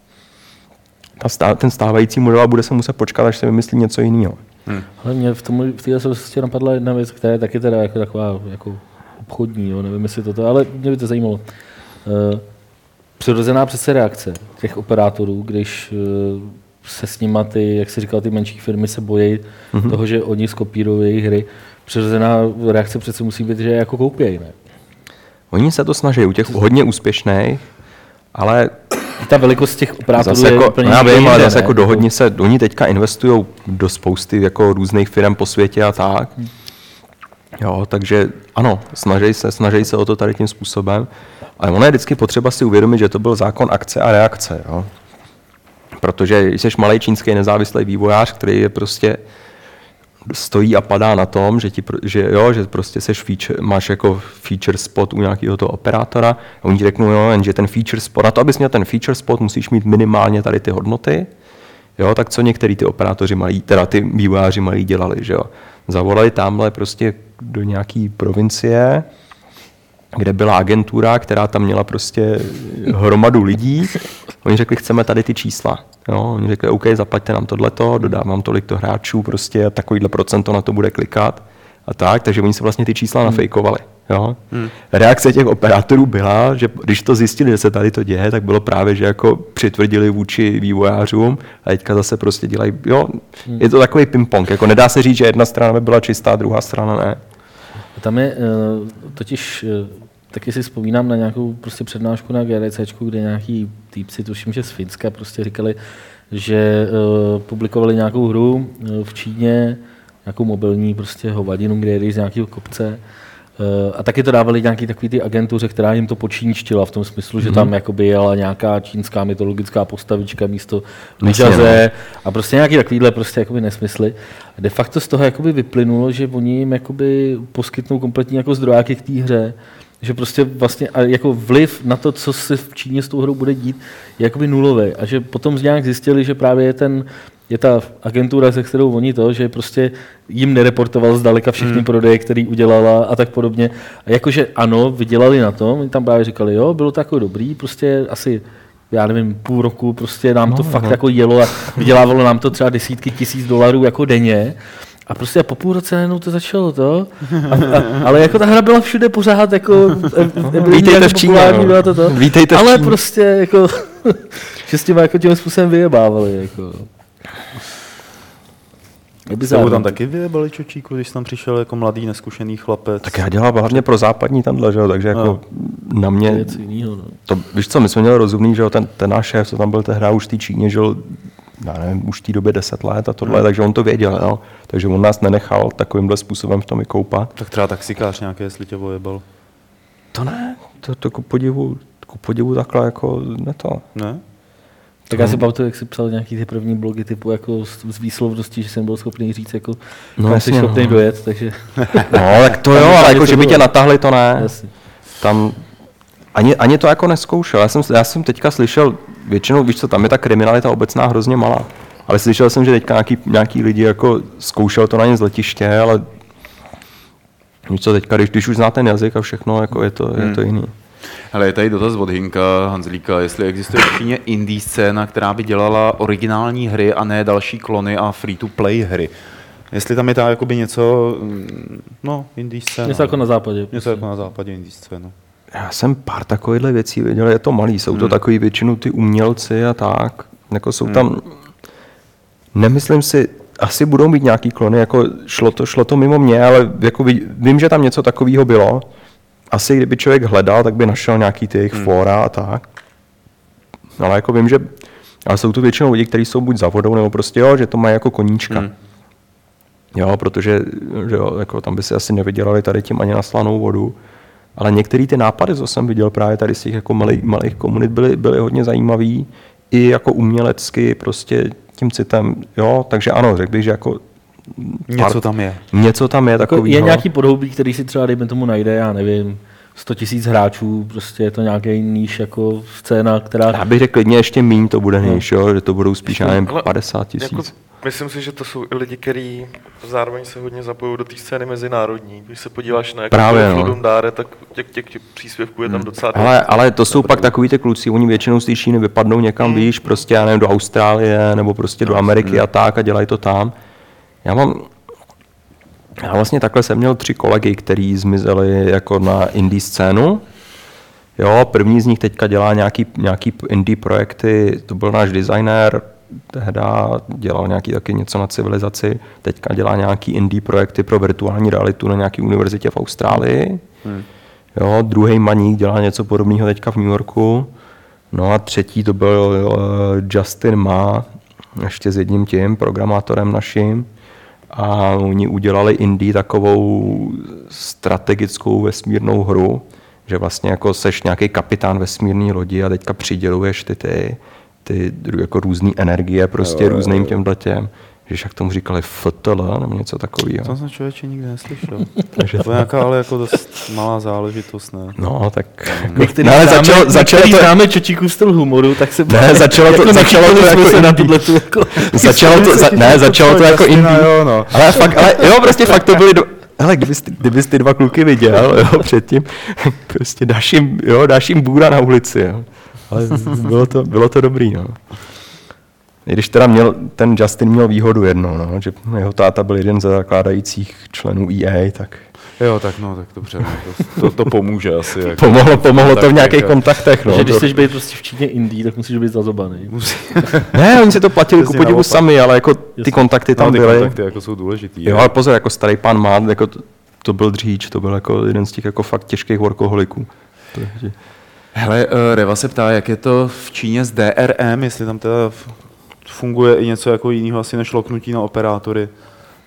ten stávající model a bude se muset počkat, až se vymyslí něco jiného. Ale mě v téhle souvislosti napadla jedna věc, která je taky teda jako taková jako obchodní, jo, nevím, jestli toto, ale mě by to zajímalo. Přirozená přece reakce těch operátorů, když se s nima ty, jak jsi říkal, ty menší firmy se bojí toho, že oni skopírují jejich hry. Přirozená reakce přece musí být, že je jako koupějí, ne? Oni se to snaží u těch hodně úspěšných, ale ta velikost těch operátorů zase jako, je úplně já vím, ale zase ne? jako dohodně se, oni teďka investují do spousty jako různých firm po světě a tak. Jo, takže ano, snaží se o to tady tím způsobem, ale ono je vždycky potřeba si uvědomit, že to byl zákon akce a reakce, jo. Protože jsi malej čínský nezávislý vývojář, který je prostě stojí a padá na tom, že prostě máš jako feature spot u nějakého toho operátora a oni ti řeknou, že ten feature spot, na to, abys měl ten feature spot, musíš mít minimálně tady ty hodnoty, jo, tak co některý ty operátoři malí, teda ty vývojáři malí dělali, že jo. Zavolali tamhle prostě do nějaký provincie, kde byla agentura, která tam měla prostě hromadu lidí. Oni řekli, chceme tady ty čísla. Jo, oni řekli, OK, zaplaťte nám tohleto, dodávám tolikto hráčů, prostě takovýhle procento na to bude klikat a tak, takže oni se vlastně ty čísla nafejkovali. Jo. Reakce těch operátorů byla, že když to zjistili, že se tady to děje, tak bylo právě, že jako přitvrdili vůči vývojářům a teďka zase prostě dělají, jo, je to takový ping-pong, jako nedá se říct, že jedna strana by byla čistá, druhá strana ne. Tam je totiž, taky si vzpomínám na nějakou prostě přednášku na GDCčku, kde nějaký týpci, tuším, že z Finska, prostě říkali, že publikovali nějakou hru v Číně, nějakou mobilní prostě hovadinu, kde jedeš z nějakého kopce A taky to dávali nějaký takový ty agentuře, která jim to počínštila v tom smyslu, že tam jakoby jela nějaká čínská mytologická postavička místo lyžaře a prostě nějaký takovýhle prostě jakoby nesmysly. A de facto z toho jakoby vyplynulo, že oni jim jakoby poskytnou kompletní jako zdrojáky k té hře, že prostě vlastně a jako vliv na to, co se v Číně s tou hrou bude dít, je jakoby nulový. A že potom nějak zjistili, že právě je ta agentura, se kterou oni že prostě jim nereportoval zdaleka všechny prodeje, který udělala a tak podobně. A jakože ano, vydělali na tom, oni tam právě říkali, jo, bylo to jako dobrý, prostě asi já nevím, půl roku, prostě nám to fakt jako jelo a vydělávalo nám to třeba desítky tisíc dolarů jako denně. A prostě po půl roce najednou to začalo to. Ale jako ta hra byla všude pořád jako vítejte v Číně, vítejte ale prostě jako že s těma jako tím způsobem vyjebávali. Jako. Jsou tam taky vyjebali Čočíku, když tam přišel jako mladý, neskušený chlapec? Tak já dělám hlavně pro západní tamhle, že jo, takže jako na mě, to, víš co, my jsme měli rozumný, že jo, ten náš šéf, co tam byl tehdy už v té Číně, že jo, já nevím, už v té době 10 let a tohle, takže on to věděl, no. Takže on nás nenechal takovýmhle způsobem v tom vykoupat. Tak třeba taxikář nějaký, jestli tě vojebal? To ne, to ku podivu takhle jako ne to. Ne? Tak já si pamatuju, jak jsi psal nějaký ty první blogy typu jako z výslovnosti, že jsem byl schopný říct, jako kam jsi schopný dojet, takže... No, tak to jo, ale jako, že by tě natáhli, to ne. Jasně. Tam ani to jako nezkoušel. Já jsem teďka slyšel, většinou, víš co, tam je ta kriminalita obecná hrozně malá. Ale slyšel jsem, že teďka nějaký lidi jako zkoušel to na ně z letiště, ale víš co, teďka, když už zná ten jazyk a všechno, jako je to jiný. Hele, je tady dotaz od Hinka Hanzlíka, jestli existuje v Číně indie scéna, která by dělala originální hry a ne další klony a free-to-play hry. Jestli tam je tam jakoby něco, no, indie scéna. Něco jako na západě. Něco jako na západě indie scéna. Já jsem pár takovýchhle věcí viděl, je to malý, jsou to takový většinou ty umělci a tak, jako jsou tam, nemyslím si, asi budou mít nějaký klony, jako šlo to mimo mě, ale jako vím, že tam něco takového bylo. Asi kdyby člověk hledal, tak by našel nějaký ty jejich fóra a tak. Ale jako vím, že ale jsou to většinou lidi, kteří jsou buď za vodou, nebo prostě jo, že to mají jako koníčka. Jo, protože že jo, jako tam by si asi nevydělali tady tím ani na slanou vodu. Ale některé ty nápady, co jsem viděl právě tady z těch jako malých komunit, byly hodně zajímavý. I jako umělecky prostě tím citem, jo, takže ano, řekl bych, že jako Něco tam je takovýho. Je nějaký podhoubí, který si třeba, dejme tomu, najde, já nevím, 100 000 hráčů, prostě je to nějaký níž jako scéna, která... Já bych řekl, klidně ještě míň to bude níž, jo, že to budou spíš, já nevím, 50 000. Jako, myslím si, že to jsou i lidi, kteří zároveň se hodně zapojují do té scény mezinárodní. Když se podíváš na Ludum Dare, tak těch příspěvků je tam docela... Ale to jsou pak takový ty kluci, oni většinou z té Číny vypadnou někam, víš, prostě, já nevím, do Austrálie, nebo prostě do Ameriky a tak a dělají to tam. Já vlastně takhle jsem měl 3 kolegy, kteří zmizeli jako na indie scénu. Jo, první z nich teďka dělá nějaký indie projekty, to byl náš designer, tehda dělal nějaký taky něco na civilizaci, teďka dělá nějaký indie projekty pro virtuální realitu na nějaké univerzitě v Austrálii. Jo, druhý maník dělá něco podobného teďka v New Yorku. No a třetí to byl Justin Ma, ještě s jedním tím programátorem naším. A oni udělali indie takovou strategickou vesmírnou hru, že vlastně jako seš nějaký kapitán vesmírné lodi a teďka přiděluješ ty jako různé energie prostě různým těm, že však tomu říkali FTL nebo něco takového. To jsem člověče nikdy neslyšel. Takže to je nějaká ale jako dost malá záležitost, ne? No, tak... Některý známe Čočíkův styl humoru, tak se... Ne, začalo to jako na tuto jako... Začalo to jako indie. Ale jo, prostě fakt to byly... Hele, kdybys ty 2 kluky viděl, jo, předtím, prostě dáš jim bůra na ulici, jo. Ale bylo to dobrý, no. I když teda ten Justin měl výhodu jedno, no, že jeho táta byl jeden ze zakládajících členů EA, tak... Jo, tak dobře, to pomůže asi. Jako, pomohlo to v nějakých kontaktech, no. Že když chceš být prostě v Číně indie, tak musíš být zazobaný. Ne, oni si to platili ku podivu sami, ale jako ty kontakty tam byly. Ty kontakty jako jsou důležitý. Jo, ale pozor, jako starý pán má, jako to byl dříč, to byl jako jeden z těch jako fakt těžkých workoholiků. Hele, Reva se ptá, jak je to v Číně s DRM, jestli tam teda funguje i něco jako jiného asi než loknutí na operátory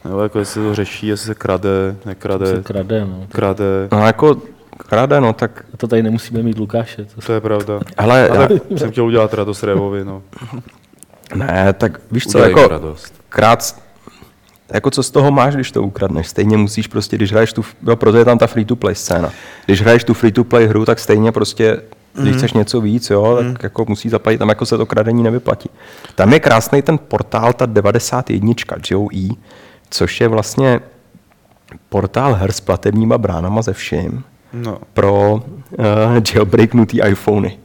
Nebo jako jestli to řeší, jestli se krade, nekrade. Se krade, no. Krade. No jako krade, no tak... To tady nemusíme mít Lukáše. To je pravda. Ale já jsem chtěl udělat radost Révovi, no. Ne, tak víš co, Udělej jako radost. jako co z toho máš, když to ukradneš? Stejně musíš prostě, když hraješ proto je tam ta free-to-play scéna. Když hraješ tu free-to-play hru, tak stejně prostě, když chceš něco víc, jo, tak jako musí zaplatit, tam jako se to kradení nevyplatí. Tam je krásný ten portál, ta 91, JOE, což je vlastně portál her s platebníma bránama ze vším pro jailbreaknutý iPhony.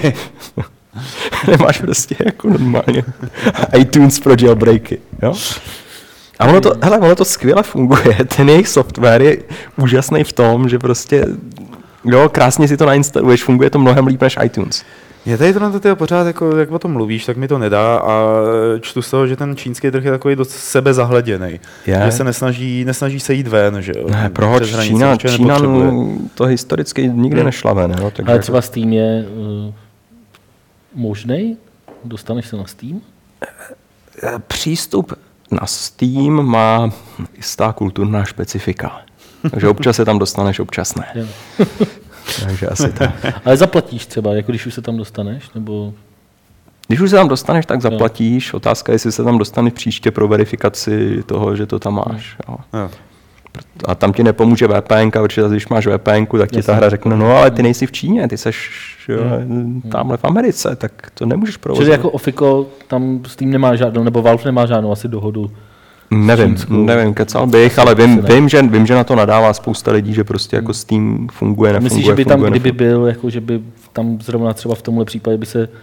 Nemáš prostě jako normálně iTunes pro jailbreaky, jo? A ono to skvěle funguje, ten jejich software je úžasný v tom, že prostě, jo, krásně si to nainstaluješ, funguje to mnohem líp než iTunes. Je tady to pořád, jako, jak o tom mluvíš, tak mi to nedá a čtu z toho, že ten čínský trh je takový dost sebezahleděnej. Že se nesnaží se jít ven, že jo? Ne, proč? Čína to historicky nikdy nešla ven. Jo? Ale třeba Steam je možnej? Dostaneš se na Steam? Přístup na Steam má jistá kulturná specifika. Takže občas se tam dostaneš, občas ne. Takže asi tak. Ale zaplatíš třeba, jako když už se tam dostaneš? Nebo... Když už se tam dostaneš, tak zaplatíš. Otázka je, jestli se tam dostaneš příště pro verifikaci toho, že to tam máš. Jo. A tam ti nepomůže VPN, protože když máš VPN, tak ti ta hra řekne, no ale ty nejsi v Číně, ty seš tamhle v Americe, tak to nemůžeš provozovat. Čili jako Ofiko tam s tím nemá žádnou, nebo Valve nemá žádnou asi dohodu. Nevím, kecal bych, ale vím, že na to nadává spousta lidí, že prostě jako Steam funguje, nefunguje. Myslíš, že by tam, kdyby byl, jako že by tam zrovna třeba v tomhle případě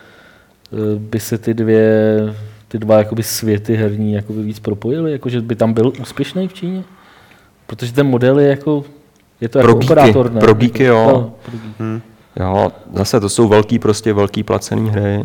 by se ty dva jakoby světy herní jakoby víc propojily, jako že by tam byl úspěšný v Číně? Protože ten model je jako, je to pro jako operátor, ne? Pro geeky, jo. No, pro geeky. Jo, zase to jsou velký placený hry.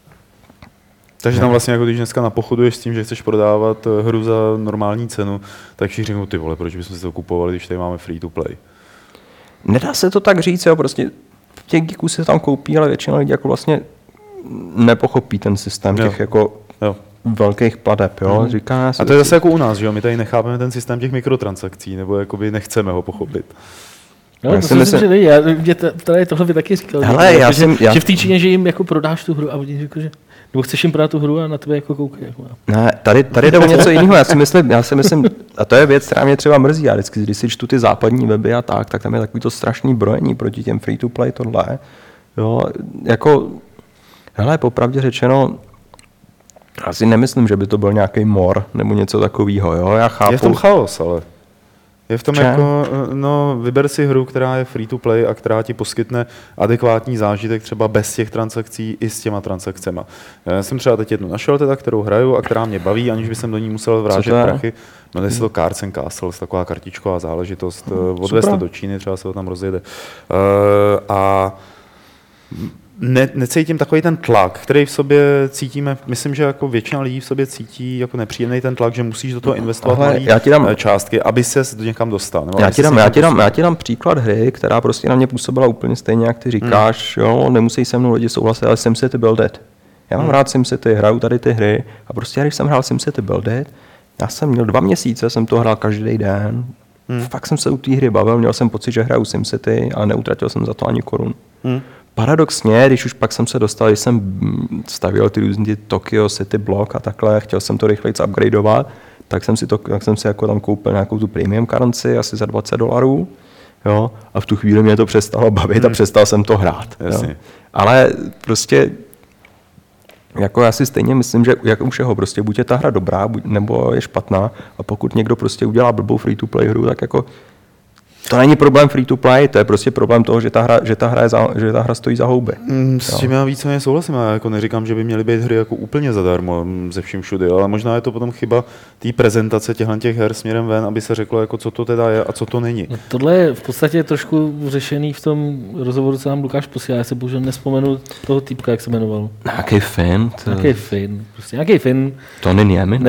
Takže tam vlastně, jako když dneska napochoduješ s tím, že chceš prodávat hru za normální cenu, tak všichni řeknou, ty vole, proč bychom si to kupovali, když tady máme free to play? Nedá se to tak říct, jo, prostě těch geeků se tam koupí, ale většina lidí jako vlastně nepochopí ten systém těch jako velkých plateb, jo. Říká, a to je zase jako u nás, že jo, my tady nechápeme ten systém těch mikrotransakcí, nebo jakoby nechceme ho pochopit. No, to si myslím, že nej. Tady tohle by taky říkal. Hele, že v té Číně, že jim jako prodáš tu hru a oni říkají, že nebo chceš jim prodat tu hru a na tebe jako koukají. Jako. Ne, tady jde o něco jiného. Já si myslím, a to je věc, která mě třeba mrzí. Já vždycky, když si čtu ty západní weby a tak tam je takový to strašný brojení proti těm free to play tohle. Jo, jako, hele, popravdě řečeno, asi nemyslím, že by to byl nějaký mor nebo něco takového. Jo, já chápu. Je v tom chaos, ale. Je v tom jako, no, vyber si hru, která je free to play a která ti poskytne adekvátní zážitek třeba bez těch transakcí i s těma transakcema. Já jsem třeba teď jednu našel, kterou hraju a která mě baví, aniž by jsem do ní musel vrážet prachy. Jmenuje se to Cards and Castles, taková kartičková záležitost. Odvést do Číny, třeba se to tam rozjede. A necítím takový ten tlak, který v sobě cítíme, myslím, že jako většina lidí v sobě cítí jako nepříjemný ten tlak, že musíš do toho investovat malé částky, aby ses do někam dostal. Já ti dám příklad hry, která prostě na mě působila úplně stejně, jak ty říkáš, jo, nemusí se mnou lidi souhlasit, ale SimCity Build It. Já mám rád SimCity, hraju tady ty hry a prostě když jsem hrál SimCity Build It, já jsem měl 2 měsíce, jsem to hrál každý den, fakt jsem se u té hry bavil, měl jsem pocit, že hraju SimCity a neutratil jsem za to ani korun. Paradoxně, když už pak jsem se dostal, když jsem stavil ty různý Tokyo City Block a takhle, chtěl jsem to rychleji upgradeovat, tak jsem si jako tam koupil nějakou tu premium currency asi za $20. Jo, a v tu chvíli mě to přestalo bavit a přestal jsem to hrát. Ale prostě jako já si stejně myslím, že jak u všeho, prostě buď je ta hra dobrá, nebo je špatná a pokud někdo prostě udělá blbou free to play hru, tak jako to není problém free to play, to je prostě problém toho, že ta hra stojí za houby. S tím já víceméně souhlasím, já jako neříkám, že by měly být hry jako úplně zadarmo ze vším všude, ale možná je to potom chyba té prezentace těch her směrem ven, aby se řeklo, jako co to teda je a co to není. No, tohle je v podstatě trošku řešený v tom rozhovoru, co nám Lukáš posílá. Já se bohužel nespomenu toho týpka, jak se jmenoval. Nějaký Finn. Prostě nějaký Finn. Tony Niemen.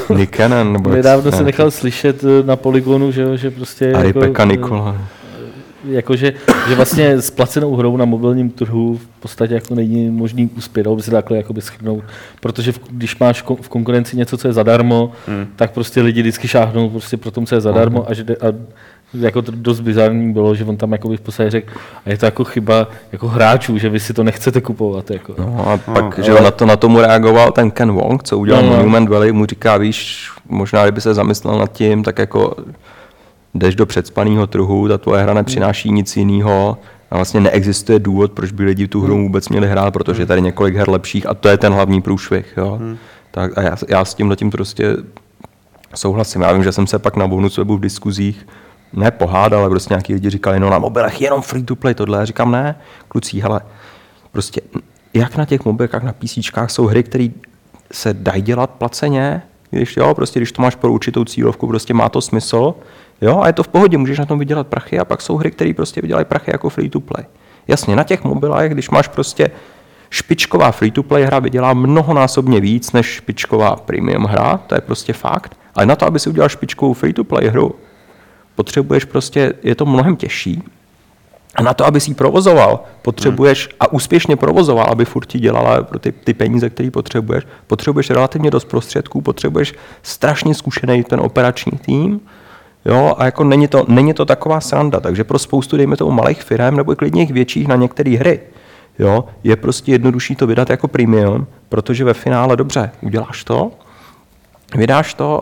Nedávno se nechal slyšet na Polygonu, že prostě... A jako, Nikola. jakože, že vlastně s placenou hrou na mobilním trhu v podstatě jako není možný uspět, by se takhle jakoby shrnout, protože když máš v konkurenci něco, co je zadarmo, tak prostě lidi vždycky šáhnou prostě pro tom, co je zadarmo a jako to dost bizarní bylo, že on tam jakoby v podstatě řekl, a je to jako chyba jako hráčů, že vy si to nechcete kupovat. Jako. No a pak, že na tomu reagoval ten Ken Wong, co udělal Monument Valley, mu říká, víš, možná kdyby se zamyslel nad tím, tak jako jdeš do předspaného trhu, ta tvoje hra nepřináší nic jiného a vlastně neexistuje důvod, proč by lidi tu hru vůbec měli hrát, protože je tady několik her lepších a to je ten hlavní průšvih. Jo? Tak a já s tímhletím prostě souhlasím. Já vím, že jsem se pak na Bonus Webu v diskuzích pohádal, ale prostě nějaký lidi říkali, no na mobilech jenom free to play tohle. Já říkám, ne, kluci, hele, prostě jak na těch mobilech, jak na PCčkách jsou hry, které se dají dělat placeně, když to máš pro určitou cílovku, prostě má to smysl, jo, a je to v pohodě, můžeš na tom vydělat prachy a pak jsou hry, které prostě vydělají prachy jako free to play. Jasně, na těch mobilech, když máš prostě špičková free to play hra vydělá mnohonásobně víc než špičková premium hra, to je prostě fakt, ale na to, aby si udělal špičkovou free to play hru, potřebuješ prostě, je to mnohem těžší. A na to, aby si ji provozoval, potřebuješ a úspěšně provozoval, aby furt ti dělala pro ty peníze, které potřebuješ relativně dost prostředků, potřebuješ strašně zkušený ten operační tým, jo, a jako není to taková sranda, takže pro spoustu, dejme tomu, malých firem nebo klidně jich větších na některé hry, jo, je prostě jednodušší to vydat jako premium, protože ve finále dobře, uděláš to, vydáš to,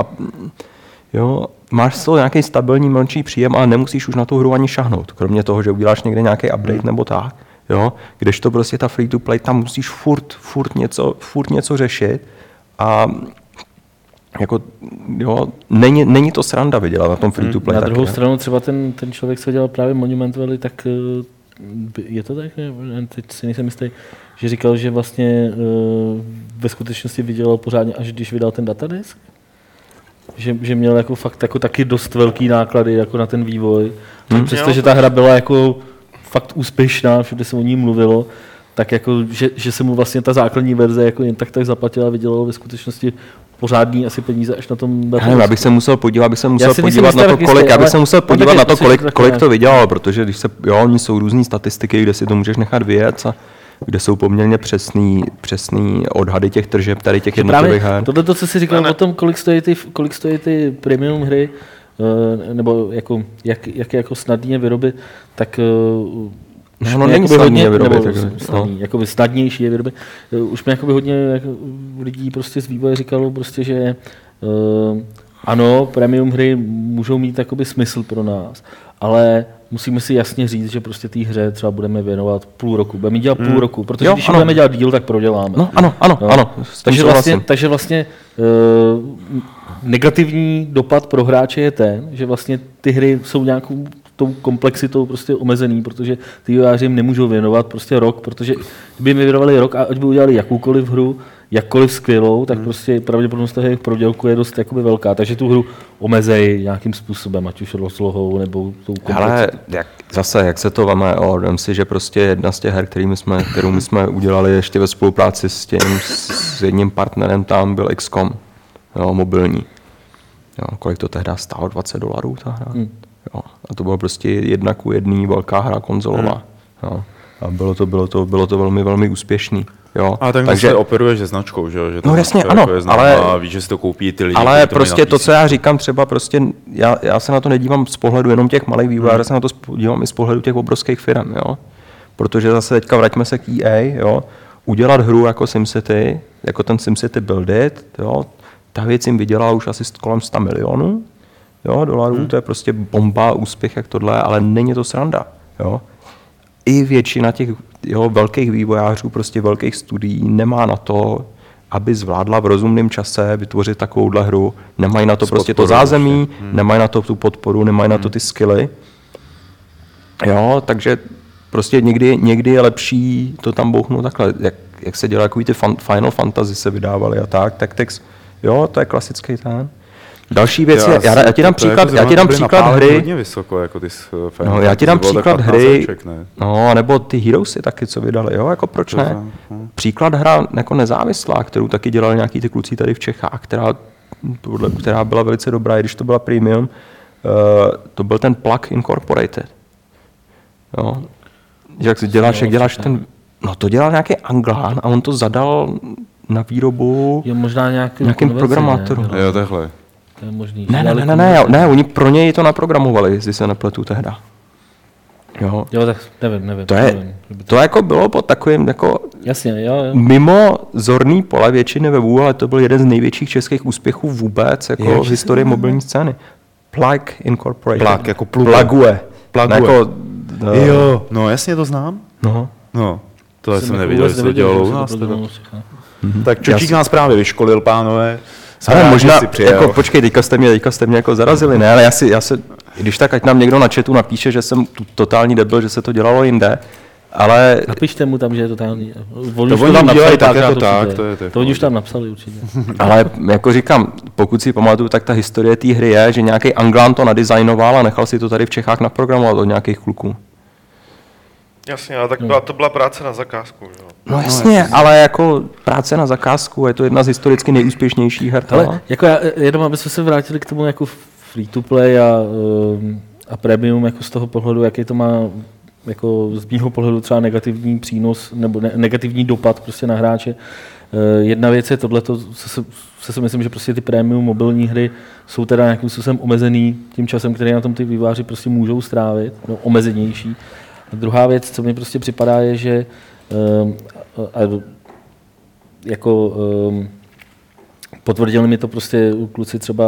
jo, máš z toho nějaký stabilní menší příjem, ale nemusíš už na tu hru ani šahnout. Kromě toho, že uděláš někde nějaký update nebo tak. Jo? Kdežto prostě ta free to play, tam musíš furt něco řešit a jako, jo, není to sranda vydělat na tom free to play. Na druhou stranu třeba ten člověk, co dělal právě Monument Valley, tak je to tak, ne? Teď si nejsem jistý, že říkal, že vlastně ve skutečnosti vydělal pořádně, až když vydal ten datadisk? Že měl jako fakt jako taky dost velký náklady jako na ten vývoj. Přestože ta hra byla jako fakt úspěšná, všude se o ní mluvilo, tak jako, že se mu vlastně ta základní verze jako jen tak zaplatila a vydělalo ve skutečnosti pořádný asi peníze až na tom. Abych se musel podívat na to, kolik to vydělalo, protože když se, oni jsou různý statistiky, kde si to můžeš nechat vyjet a kde jsou poměrně přesný odhady těch tržeb, tady těch jednotlivých her. Tohle, co jsi říkal o tom, kolik stojí ty premium hry, nebo jako, jak je jako snadný je vyrobit, tak není snadný je vyrobit. Jakoby snadnější je vyrobit. Už mi hodně lidí prostě z vývoje říkalo, prostě, že ano, premium hry můžou mít jakoby smysl pro nás, ale musíme si jasně říct, že prostě té hře třeba budeme věnovat půl roku. Budeme dělat půl roku, protože když budeme dělat díl, tak proděláme. No, ano. Takže vlastně negativní dopad pro hráče je ten, že vlastně ty hry jsou nějakou tou komplexitou prostě omezený, protože ty vývojáři jim nemůžou věnovat prostě rok, protože kdyby mi věnovali rok a ať by udělali jakoukoliv hru, jakkoliv skvělou, tak prostě pravděpodobnost toho jejich prodělku je dost jakoby velká, takže tu hru omezejí nějakým způsobem, ať už rozlohou nebo tou komplexitou. Ale jak se to veme, vem si, že prostě jedna z těch her, kterou my jsme udělali ještě ve spolupráci s jedním partnerem, tam byl XCOM, jo, mobilní. Jo, kolik to tehdy stálo? $20 ta hra? Jo, a to bylo prostě 1:1 velká hra konzolová. Jo. A bylo to velmi, velmi úspěšný. Jo. A takže operuješ se značkou, že to jasně, ano, jako je ale víš, že si to koupí ty lidi. Ale prostě to, co já říkám, třeba prostě, já se na to nedívám z pohledu jenom těch malých vývojářů, já se na to dívám i z pohledu těch obrovských firm, jo. Protože zase teďka vraťme se k EA, jo. Udělat hru jako SimCity, jako ten SimCity Build It, jo. Ta věc jim vydělala už asi kolem 100 milionů. Jo, dolarů, to je prostě bomba, úspěch jak tohle, ale není to sranda. Jo. I většina těch velkých vývojářů, prostě velkých studií nemá na to, aby zvládla v rozumném čase vytvořit takovouhle hru. Nemají na to prostě to zázemí, nemají na to tu podporu, nemají na to ty skilly. Jo, takže prostě někdy je lepší to tam bouchnout takhle, jak se dělá, takový ty Final Fantasy se vydávaly a tak Tactics, jo, to je klasický ten. Další věc je, já ti dám příklad hry. Hodně vysoko, jako ty já ti dám příklad hry, nebo ty Heroesy taky, co vydali, jo, jako proč ne? Příklad hra jako nezávislá, kterou taky dělali nějaký ty kluci tady v Čechách, která byla velice dobrá, i když to byla premium, to byl ten Plug Incorporated. Jo. Jak děláš ten... No to dělal nějaký Anglán a on to zadal na výrobu možná nějakým programátorům. Jo, takhle. To je možný. Ne, oni pro něj to naprogramovali, jestli se nepletu tehda. Jo, tak nevím. To jako bylo pod takovým jako jasně, jo. Mimo zorný pole většiny webů, ale to byl jeden z největších českých úspěchů vůbec jako v historii mobilní scény. Plug Incorporated. Plug, jako Plague. Jako, jo, no jasně to znám. No, to jsem neviděl, že se to dělalo u nás. Tak Čočík nás právě vyškolil, pánové. Ale možná, jako, počkej, teďka jste mě jako zarazili, ne, ale já se, když tak, ať nám někdo na chatu napíše, že jsem totální debil, že se to dělalo jinde, ale... Napište mu tam, že je totální... To oni tam dělají tak, jako tak. To oni už tam napsali určitě. Ale jako říkám, pokud si pamatuju, tak ta historie té hry je, že nějaký Anglán to nadizajnoval a nechal si to tady v Čechách naprogramovat od nějakých kluků. Jasně, ale tak to byla práce na zakázku, jo? No jasně, ale jako práce na zakázku, je to jedna z historicky nejúspěšnějších her. Ale jako jenom, abychom se vrátili k tomu jako free to play a premium jako z toho pohledu, jaký to má jako z mýho pohledu třeba negativní přínos nebo negativní dopad prostě na hráče. Jedna věc je tohleto, co si myslím, že prostě ty premium mobilní hry jsou teda nějakým způsobem omezený tím časem, který na tom ty vývojáři prostě můžou strávit, no, omezenější. A druhá věc, co mi prostě připadá, je, že potvrdili mi to prostě kluci třeba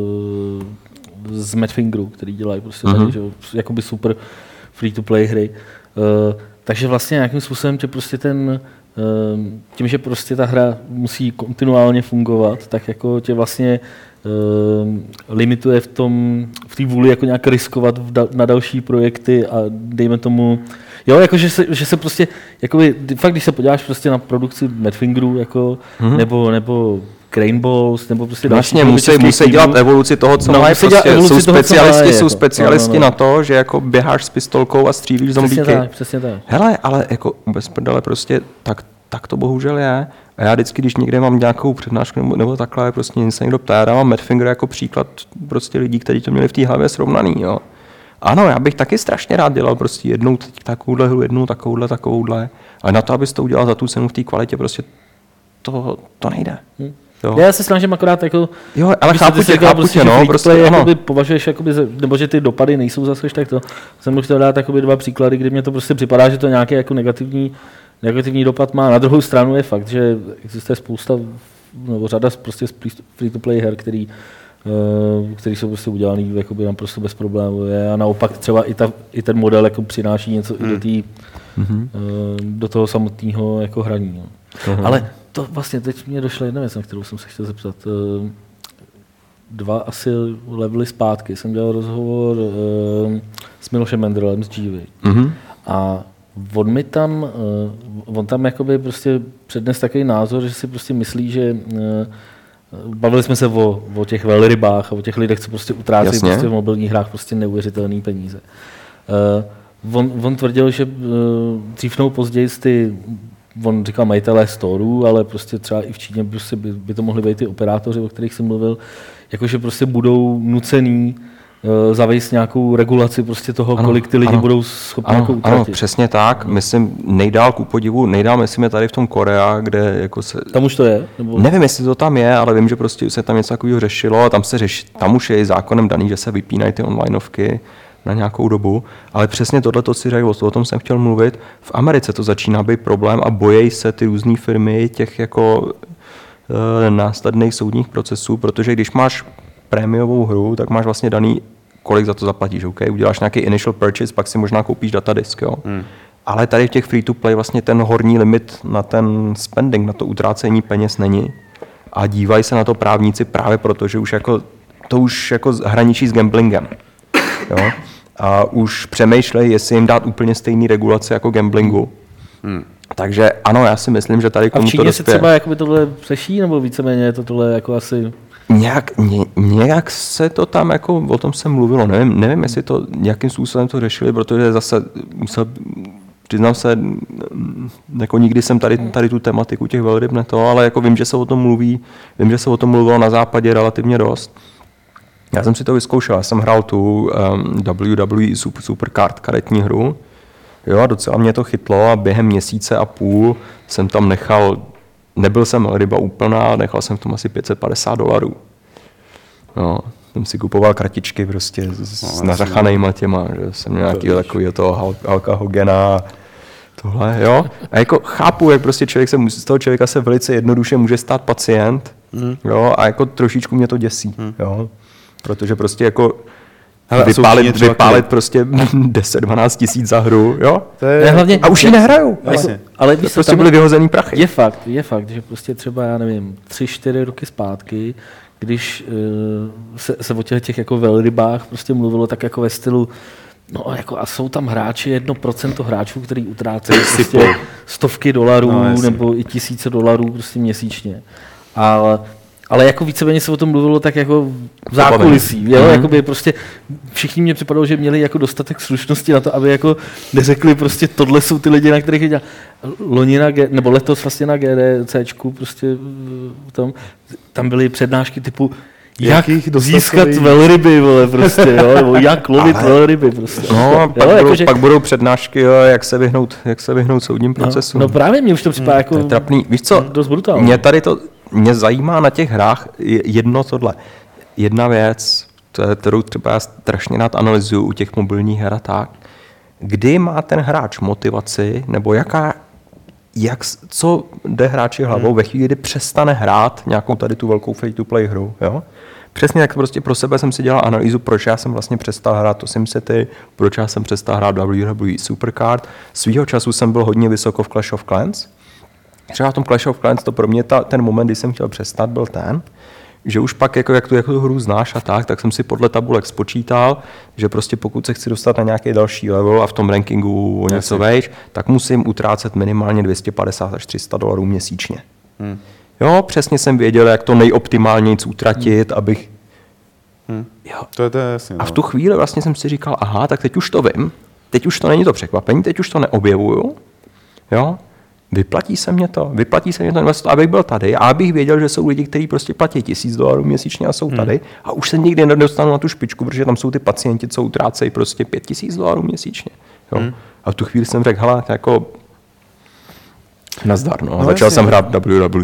z Madfingeru, který dělají prostě tady, že jakoby super free-to-play hry. Takže vlastně nějakým způsobem tě prostě tím, že prostě ta hra musí kontinuálně fungovat, tak jako tě vlastně limituje v té vůli jako nějak riskovat na další projekty a dejme tomu, jo, jako že se prostě, jakoby, fakt když se podíváš prostě na produkci Madfingeru, jako, nebo Crane Balls, nebo prostě vlastně musí dělat evoluci toho, co mají, prostě jsou specialisti na to, že jako běháš s pistolkou a střílíš zombíky. Přesně tak. Hele, ale jako bez prdele prostě tak to bohužel je. A já vždycky, když někde mám nějakou přednášku nebo takhle, prostě se někdo ptá, já dávám Madfinger jako příklad prostě lidí, kteří to měli v té hlavě srovnaný, jo. Ano, já bych taky strašně rád dělal prostě jednou takovouhle hru, jednou takovouhle, ale na to, abys to udělal za tu cenu v té kvalitě, prostě to nejde. Jo. Já se snažím akorát jako... Jo, ale chápu tě, no, prostě ano. Považuješ, jakoby, nebo že ty dopady nejsou zase tak to. Jsem chtěl dát jakoby 2 příklady, kdy mě to prostě připadá, že to nějaký jako negativní dopad má. Na druhou stranu je fakt, že existuje spousta, nebo řada prostě free-to-play her, který jsou prostě udělaný jakoby naprosto bez problémů. A naopak třeba i ten model jako přináší něco i do toho samotného jako hraní. No. Ale to vlastně teď mě došla jedna věc, na kterou jsem se chtěl zeptat. 2 asi levely zpátky jsem dělal rozhovor s Milošem Mendrelem z GV. A on tam jakoby prostě přednes takový názor, že si prostě myslí, že bavili jsme se o těch velrybách a o těch lidech, co prostě utrácí prostě v mobilních hrách prostě neuvěřitelné peníze. On tvrdil, že dřív nebo později on říkal majitelé storů, ale prostě třeba i v Číně prostě by to mohli být ty operátoři, o kterých jsem mluvil, jakože prostě budou nucený zavést nějakou regulaci prostě toho, kolik ty lidi budou schopni jako utratit. Ano, přesně tak. Myslím, nejdál myslím je tady v tom Korea, kde jako se... Tam už to je? Nebo... Nevím, jestli to tam je, ale vím, že prostě se tam něco takového řešilo a tam už je i zákonem daný, že se vypínají ty onlineovky na nějakou dobu, ale přesně tohleto si řekl, o tom jsem chtěl mluvit. V Americe to začíná být problém a bojejí se ty různé firmy těch jako následných soudních procesů, protože když máš prémiovou hru, tak máš vlastně daný, kolik za to zaplatíš, OK? Uděláš nějaký initial purchase, pak si možná koupíš datadisk, jo? Ale tady v těch free-to-play vlastně ten horní limit na ten spending, na to utrácení peněz není. A dívají se na to právníci právě proto, že to už hraničí s gamblingem. Jo? A už přemýšlej, jestli jim dát úplně stejný regulace jako gamblingu. Takže ano, já si myslím, že tady komu to dospěje. A v Číně se třeba jakoby tohle řeší, nebo víceméně je to tohle jako asi... Nějak se to tam, jako o tom jsem mluvilo, nevím, jestli to nějakým způsobem to řešili, protože zase přiznám se, jako nikdy jsem tady tu tematiku těch velryb ale jako vím, že se o tom mluvilo na západě relativně dost. Já jsem si to vyzkoušel, já jsem hrál tu WWE Supercard karetní hru Jo, a docela mě to chytlo a během měsíce a půl jsem tam nechal, nebyl jsem ryba úplná, nechal jsem v tom asi $550. No, jsem si kupoval kratičky prostě s nařachanejma těma, že jsem měl nějakého takového toho alkahogena. Tohle, jo. A jako chápu, jak prostě z toho člověka se velice jednoduše může stát pacient, jo, a jako trošičku mě to děsí, jo. Protože prostě jako vypálit prostě 10-12 tisíc za hru, jo. Hlavně, a už ji nehrajou. Ale to prostě byly vyhozený prachy. Je fakt, že prostě třeba, já nevím, 3-4 roky zpátky, když se o těch jako velrybách prostě mluvilo tak jako ve stylu, no jako a jsou tam hráči, 1% hráčů, který utrácejí prostě stovky dolarů nebo i tisíce dolarů prostě měsíčně. Ale jako víceméně se o tom mluvilo tak jako v zákulisí, jo? Jakoby prostě všichni mě připadalo, že měli jako dostatek slušnosti na to, aby jako neřekli prostě tohle jsou ty lidi, na kterých dělá. Loni nebo letos vlastně na GDCčku prostě tam byly přednášky typu jak získat velryby, vole, prostě, jo, nebo jak lovit velryby, prostě. No, pak budou přednášky, jo, jak se vyhnout soudním procesům. No právě mě už to připadá jako trapný. Víš co, dost brutální. Mě zajímá na těch hrách jedna věc, kterou třeba já strašně rád analyzuju u těch mobilních her a tak. Kdy má ten hráč motivaci, nebo co jde hráči hlavou ve chvíli, kdy přestane hrát nějakou tady tu velkou free-to-play hru, jo? Přesně tak prostě pro sebe jsem si dělal analýzu, proč já jsem vlastně přestal hrát to SimCity, proč já jsem přestal hrát WWE Supercard. Svýho času jsem byl hodně vysoko v Clash of Clans. Třeba v tom Clash of Clans to pro mě ten moment, kdy jsem chtěl přestat, byl ten, že už pak jak tu hru znáš a tak jsem si podle tabulek spočítal, že prostě pokud se chci dostat na nějaký další level a v tom rankingu o něco vejš, tak musím utrácet minimálně $250 až $300 měsíčně. Jo, přesně jsem věděl, jak to nejoptimálněji utratit, abych... Jo. To je jasně, a v tu chvíli vlastně jsem si říkal, aha, tak teď už to vím, teď už to není to překvapení, teď už to neobjevuju, jo, vyplatí se mě to investovat, abych byl tady a abych věděl, že jsou lidi, kteří prostě platí $1000 měsíčně a jsou tady a už se nikdy nedostanu na tu špičku, protože tam jsou ty pacienti, co utrácejí prostě $5000 měsíčně, jo. A v tu chvíli jsem řekl, hele, jako nazdar, no. Začal jsem hrát WWE.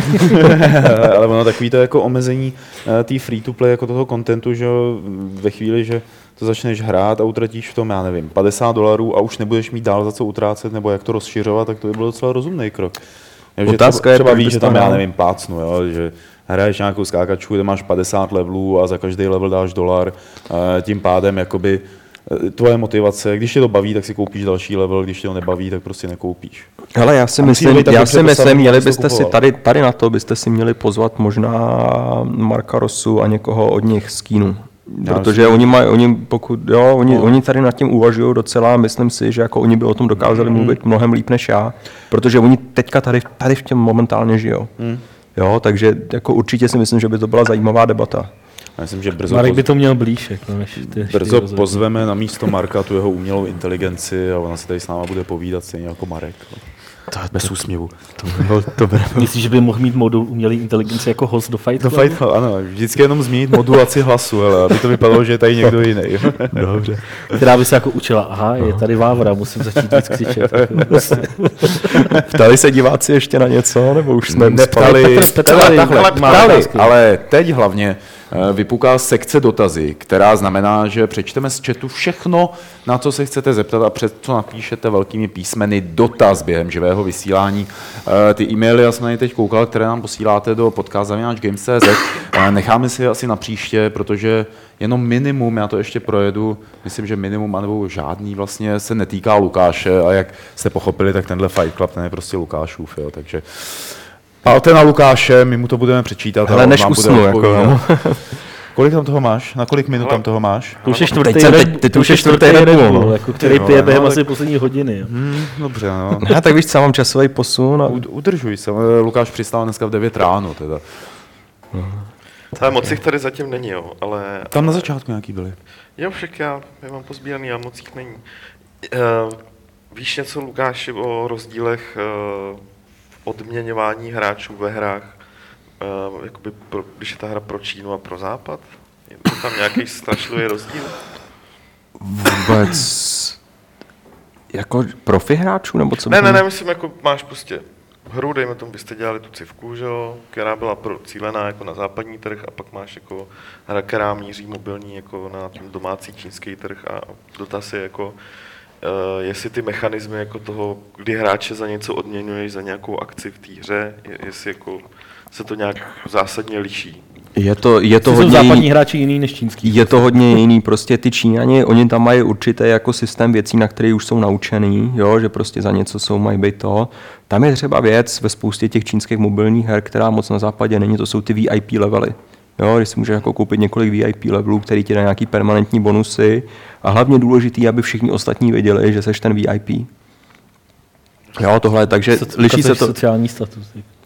Ale ono takový to jako omezení té free-to-play jako toho kontentu, že ve chvíli, že to začneš hrát a utratíš v tom, já nevím, $50 a už nebudeš mít dál za co utrácet nebo jak to rozšiřovat, tak to by byl docela rozumný krok. Otázka je, třeba víš, že tam, já nevím, plácnu, jo, že hraješ nějakou skákačku, kde máš 50 levelů a za každý level dáš $1, tím pádem jakoby tvoje motivace, když tě to baví, tak si koupíš další level, když tě to nebaví, tak prostě nekoupíš. Hele, já si myslím, měli byste si tady na to byste si měli pozvat možná Marka Rossu a někoho od nich z Kínu. Protože oni tady nad tím uvažují docela, myslím si, že jako oni by o tom dokázali mluvit mnohem líp než já, protože oni teďka tady v těm momentálně žijou. Jo, takže jako určitě si myslím, že by to byla zajímavá debata. Já myslím, že brzo Marek by to měl blíž. Jako brzo pozveme na místo Marka tu jeho umělou inteligenci a ona si tady s náma bude povídat stejně jako Marek. Bez úsměvu. Myslíš, že by mohl mít modul umělé inteligence jako host do Fight Clubu? Do Fight Clubu, ano. Vždycky jenom změnit modulaci hlasu, ale aby to vypadalo, že je tady někdo jiný. Dobře. Která by se jako učila, aha, je tady Vávra, musím začít víc křičet. Ptali se diváci ještě na něco, nebo už jsme neptali, ale teď hlavně vypuká sekce dotazy, která znamená, že přečteme z chatu všechno, na co se chcete zeptat a před co napíšete velkými písmeny dotaz během živého vysílání. Ty e-maily, já jsem na ně teď koukal, které nám posíláte do podcast@games.cz, necháme si asi na příště, protože jenom minimum, já to ještě projedu, myslím, že minimum anebo žádný vlastně se netýká Lukáše a jak jste pochopili, tak tenhle Fight Club, ten je prostě Lukášův, jo, takže palte na Lukáše, my mu to budeme přečítat. Ale než usnu, jako. Kolik tam toho máš? Na kolik minut tam toho máš? To už je čtvrtý Red Bull, jako, který pije během asi poslední hodiny. Dobře, no. Já tak víš, co mám časový posun. Udržuj se. Lukáš přistál dneska v 9 ráno teda. Ale moc jich tady zatím není, jo, ale... Tam na začátku nějaký byly. Jo, však já mám pozbíraný a moc jich není. Víš něco, Lukáši, o rozdílech odměňování hráčů ve hrách, jakoby když je ta hra pro Čínu a pro Západ? Je tam nějaký strašlivý rozdíl? Vůbec. Jako profi hráčů, nebo co? Ne, myslím, jako máš prostě hru, dejme tomu, byste dělali tu civku, že jo, která byla cílená jako na západní trh a pak máš jako hra, která míří mobilní jako na ten domácí čínský trh a dotaz je jako, jestli ty mechanismy jako toho, kdy hráče za něco odměňuješ, za nějakou akci v té hře, jestli jako se to nějak zásadně liší. Je to hodně západní jiný, hráči jiný než čínský. Je to hodně jiný, prostě ty Číňani, oni tam mají určitý jako systém věcí, na které už jsou naučený, jo, že prostě za něco mají být to. Tam je třeba věc ve spoustě těch čínských mobilních her, která moc na západě není, to jsou ty VIP levely. Jo, když si můžeš jako koupit několik VIP levelů, který ti dá nějaký permanentní bonusy a hlavně důležitý, aby všichni ostatní věděli, že seš ten VIP. Jo, tohle, takže liší se to. Sociální status.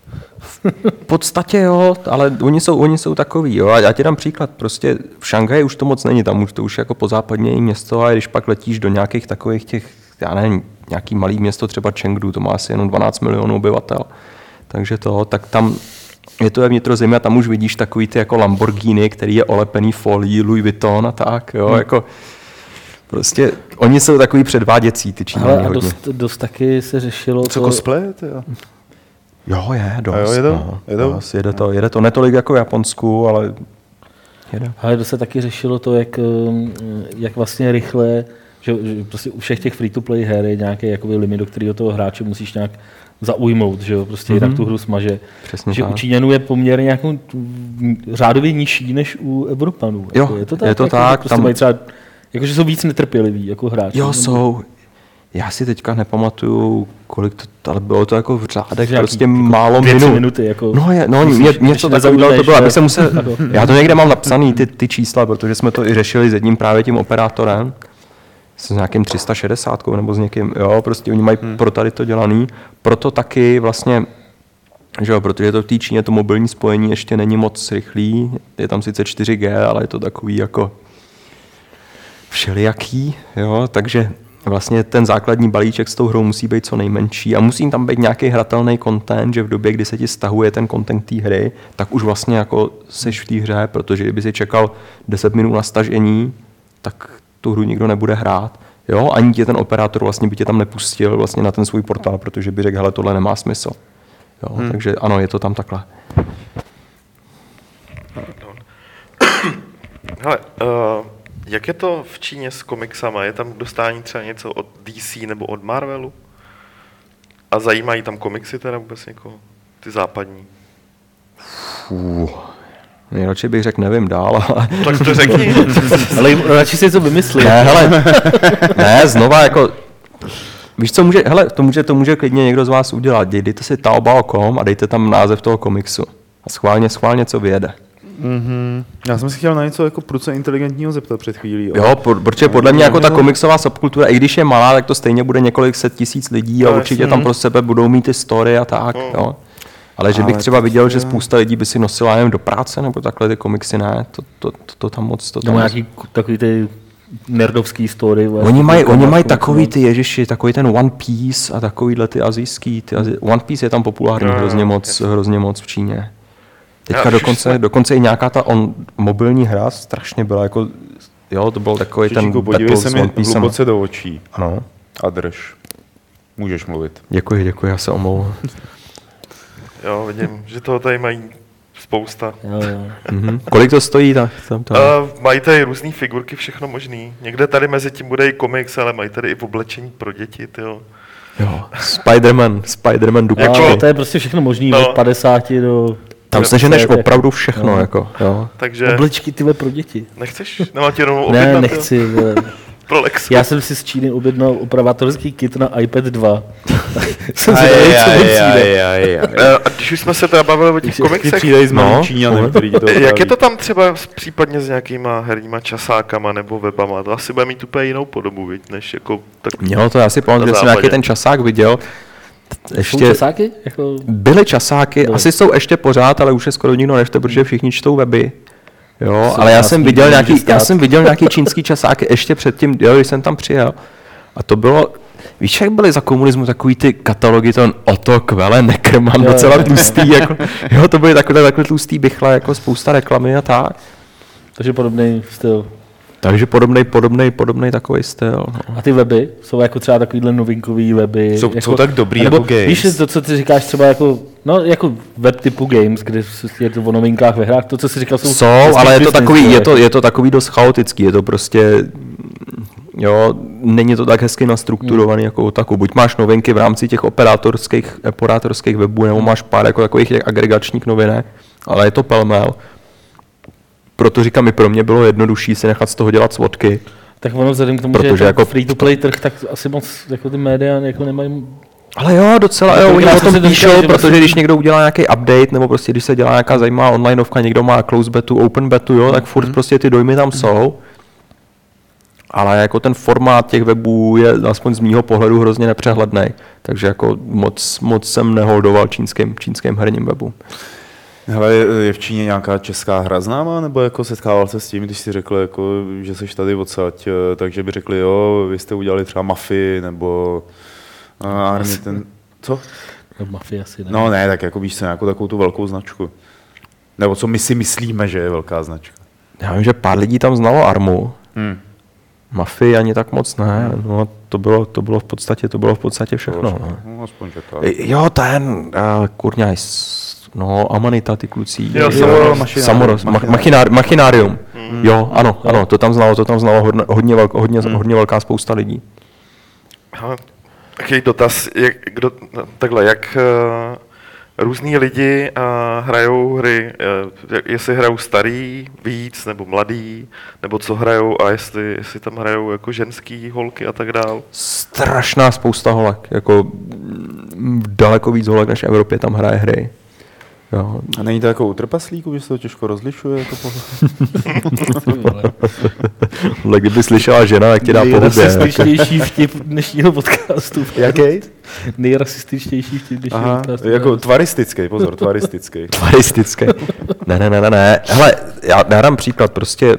V podstatě jo, ale oni jsou takový, jo. A já ti dám příklad, prostě v Šanghaji už to moc není, tam už to už jako pozápadnější město a když pak letíš do nějakých takových těch, já nevím, nějaký malý město, třeba Chengdu, to má asi jenom 12 milionů obyvatel, takže tak tam je to vnitrozemí a tam už vidíš takový ty jako Lamborghini, který je olepený folií, Louis Vuitton a tak, jo, jako prostě oni jsou takový předváděcí, ty Číňani hodně. Dost taky se řešilo Co cosplay, jo? Jo, je dost. A jo, jede to netolik jako v Japonsku, ale jede. Ale to se taky řešilo to, jak vlastně rychle, že prostě u všech těch free-to-play her je nějaký jakoby limit, do kterého toho hráče musíš nějak zaujmout, že jo, prostě jinak tu hru smaže. Přesně že tak. u Číňanů je poměrně jako řádově nižší než u Evropanů. Jo, jako, je to jako, tak. Prostě mají třeba, jakože jsou víc netrpěliví jako hráči. Jo, jsou. Já si teďka nepamatuju, kolik to, ale bylo to jako v řádech, prostě jako málo minut. Minuty, jako něco takového to bylo, abych se musel, já to někde mám napsaný, ty čísla, protože jsme to i řešili s jedním právě tím operátorem, s nějakým 360 nebo s někým, jo, prostě oni mají pro tady to dělaný, proto taky vlastně, že jo, protože to v té Číně to mobilní spojení ještě není moc rychlý, je tam sice 4G, ale je to takový jako všelijaký, jo, takže vlastně ten základní balíček s tou hrou musí být co nejmenší a musí tam být nějaký hratelný content, že v době, kdy se ti stahuje ten content té hry, tak už vlastně jako seš v té hře, protože kdyby si čekal 10 minut na stažení, tak tu hru nikdo nebude hrát. Jo, ani tě ten operátor vlastně by tě tam nepustil vlastně na ten svůj portál, protože by řekl, hele, tohle nemá smysl. Jo, takže ano, je to tam takhle. Hele, jak je to v Číně s komiksama? Je tam dostání třeba něco od DC nebo od Marvelu? A zajímají tam komiksy teda vůbec někoho? Ty západní? Nejradši bych řekl, nevím dál, ale... Tak to řekni. Ale radši si něco vymyslí. Ne, hele, znova jako... Víš, co může, hele, to může klidně někdo z vás udělat. Dejte si taobao.com a dejte tam název toho komiksu. A schválně co vyjede. Mm-hmm. Já jsem si chtěl na něco jako prudce inteligentního zeptat před chvílí. Jo, protože podle mě jako ta komiksová subkultura, i když je malá, tak to stejně bude několik set tisíc lidí a určitě tam pro sebe budou mít ty story a tak, jo. Ale že bych třeba viděl, že spousta lidí by si nosila jen do práce, nebo takhle ty komiksy, ne, to tam moc... To tam nějaký takový ty nerdovský story. Oni mají takový ty ježiši, takový ten One Piece a takovýhle ty asijský. One Piece je tam populární hrozně moc v Číně. Teďka dokonce i nějaká ta mobilní hra strašně byla jako, jo, to byl takový ten podívej se mi hluboce do očí. Ano. A drž. Můžeš mluvit. Děkuji, já se omlouvám. Jo, vidím, že toho tady mají spousta. Kolik to stojí? Mají tady různý figurky, všechno možný. Někde tady mezi tím bude i komiks, ale mají tady i oblečení pro děti, tyjo. Jo, Spider-Man dupačky. Jako, to je prostě všechno možný, od 50 do... Tam seženeš opravdu všechno, jako, jo. Takže... Oblečky tyhle pro děti. Nechceš? Nemám ti rovnou objednat? Ne, nechci. Pro Lexu. Já jsem si z Číny objednal opravátorský kit na iPad 2. A když už jsme se teda bavili o těch komiksech, přijdej s malým Číňanem, který to jak je to tam třeba případně s nějakýma herníma časákama nebo webama? To asi bude mít úplně jinou podobu, viď, než jako... Tak jo, to já si pamatuju, že jsem nějaký ten časák viděl. Ještě časáky? Jako... Byly časáky, asi jsou ještě pořád, ale už je skoro nikdo nečte, protože všichni čtou weby. Jo, ale já jsem viděl nějaký čínský časáky ještě předtím, jo, když jsem tam přijel. A to bylo, víš, jak byly za komunismu takový ty katalogy, ten Otto, Kvele, Neckermann, docela tlustý, jako, jo, to byly takové tlustý bychle, jako spousta reklamy a tak. Takže podobný styl. Takže podobnej takový styl. No. A ty weby jsou jako třeba takovýhle novinkový weby. Jsou tak dobrý nebo, jako games. Víš, to, co ty říkáš třeba jako web typu games, kde je to o novinkách ve hrách, to, co jsi říkal, jsou ale je to takový dost chaotický, je to prostě, jo, není to tak hezky nastrukturovaný jako otaku. Buď máš novinky v rámci těch operátorských webů, nebo máš pár jako takových těch agregačních novinek, ale je to pelmel. Proto říkám, i pro mě bylo jednodušší si nechat z toho dělat svodky. Tak ono vzhledem k tomu, že je jako free-to-play trh, tak asi moc jako ty média jako nemají... Ale jo, docela jo, oni o tom píšou, protože když někdo udělá nějaký update, nebo prostě když se dělá nějaká zajímavá onlineovka, někdo má close betu, open betu, jo, tak furt prostě ty dojmy tam jsou. Ale jako ten formát těch webů je aspoň z mýho pohledu hrozně nepřehledný, takže jako moc jsem neholdoval čínským herním webu. Hele, je v Číně nějaká česká hra známá, nebo jako setkával se s tím, když si řekl, jako, že jsi tady odsaď, takže by řekli, jo, vy jste udělali třeba Mafii, nebo co? Mafii asi ne. No ne, tak jako víš co, nějakou takovou tu velkou značku. Nebo co my si myslíme, že je velká značka. Já vím, že pár lidí tam znalo Armu. Mafii ani tak moc ne, no to bylo v podstatě všechno. No, aspoň čeká. Jo, ten kurňajs. No, Amanita, ty kluci. Jo, Machinarium. Jo, ano, to tam znalo hodně velká spousta lidí. Takový dotaz, jak různý lidi hrajou hry, jestli hrajou starý víc, nebo mladý, nebo co hrajou a jestli tam hrajou jako ženský holky a tak dál. Strašná spousta holek, jako daleko víc holek než v Evropě tam hraje hry. Jo. A není to jako u trpaslíků, že se to těžko rozlišuje? Jako Ale kdyby slyšela žena, jak tě dá po hubě. Nejrasističtější vtip dnešního podcastu. Jaký? Nejrasističtější vtip dnešního podcastu. Jako tvaristický, pozor, tvaristický. Tvaristický. Ne. Hele, já dám příklad, prostě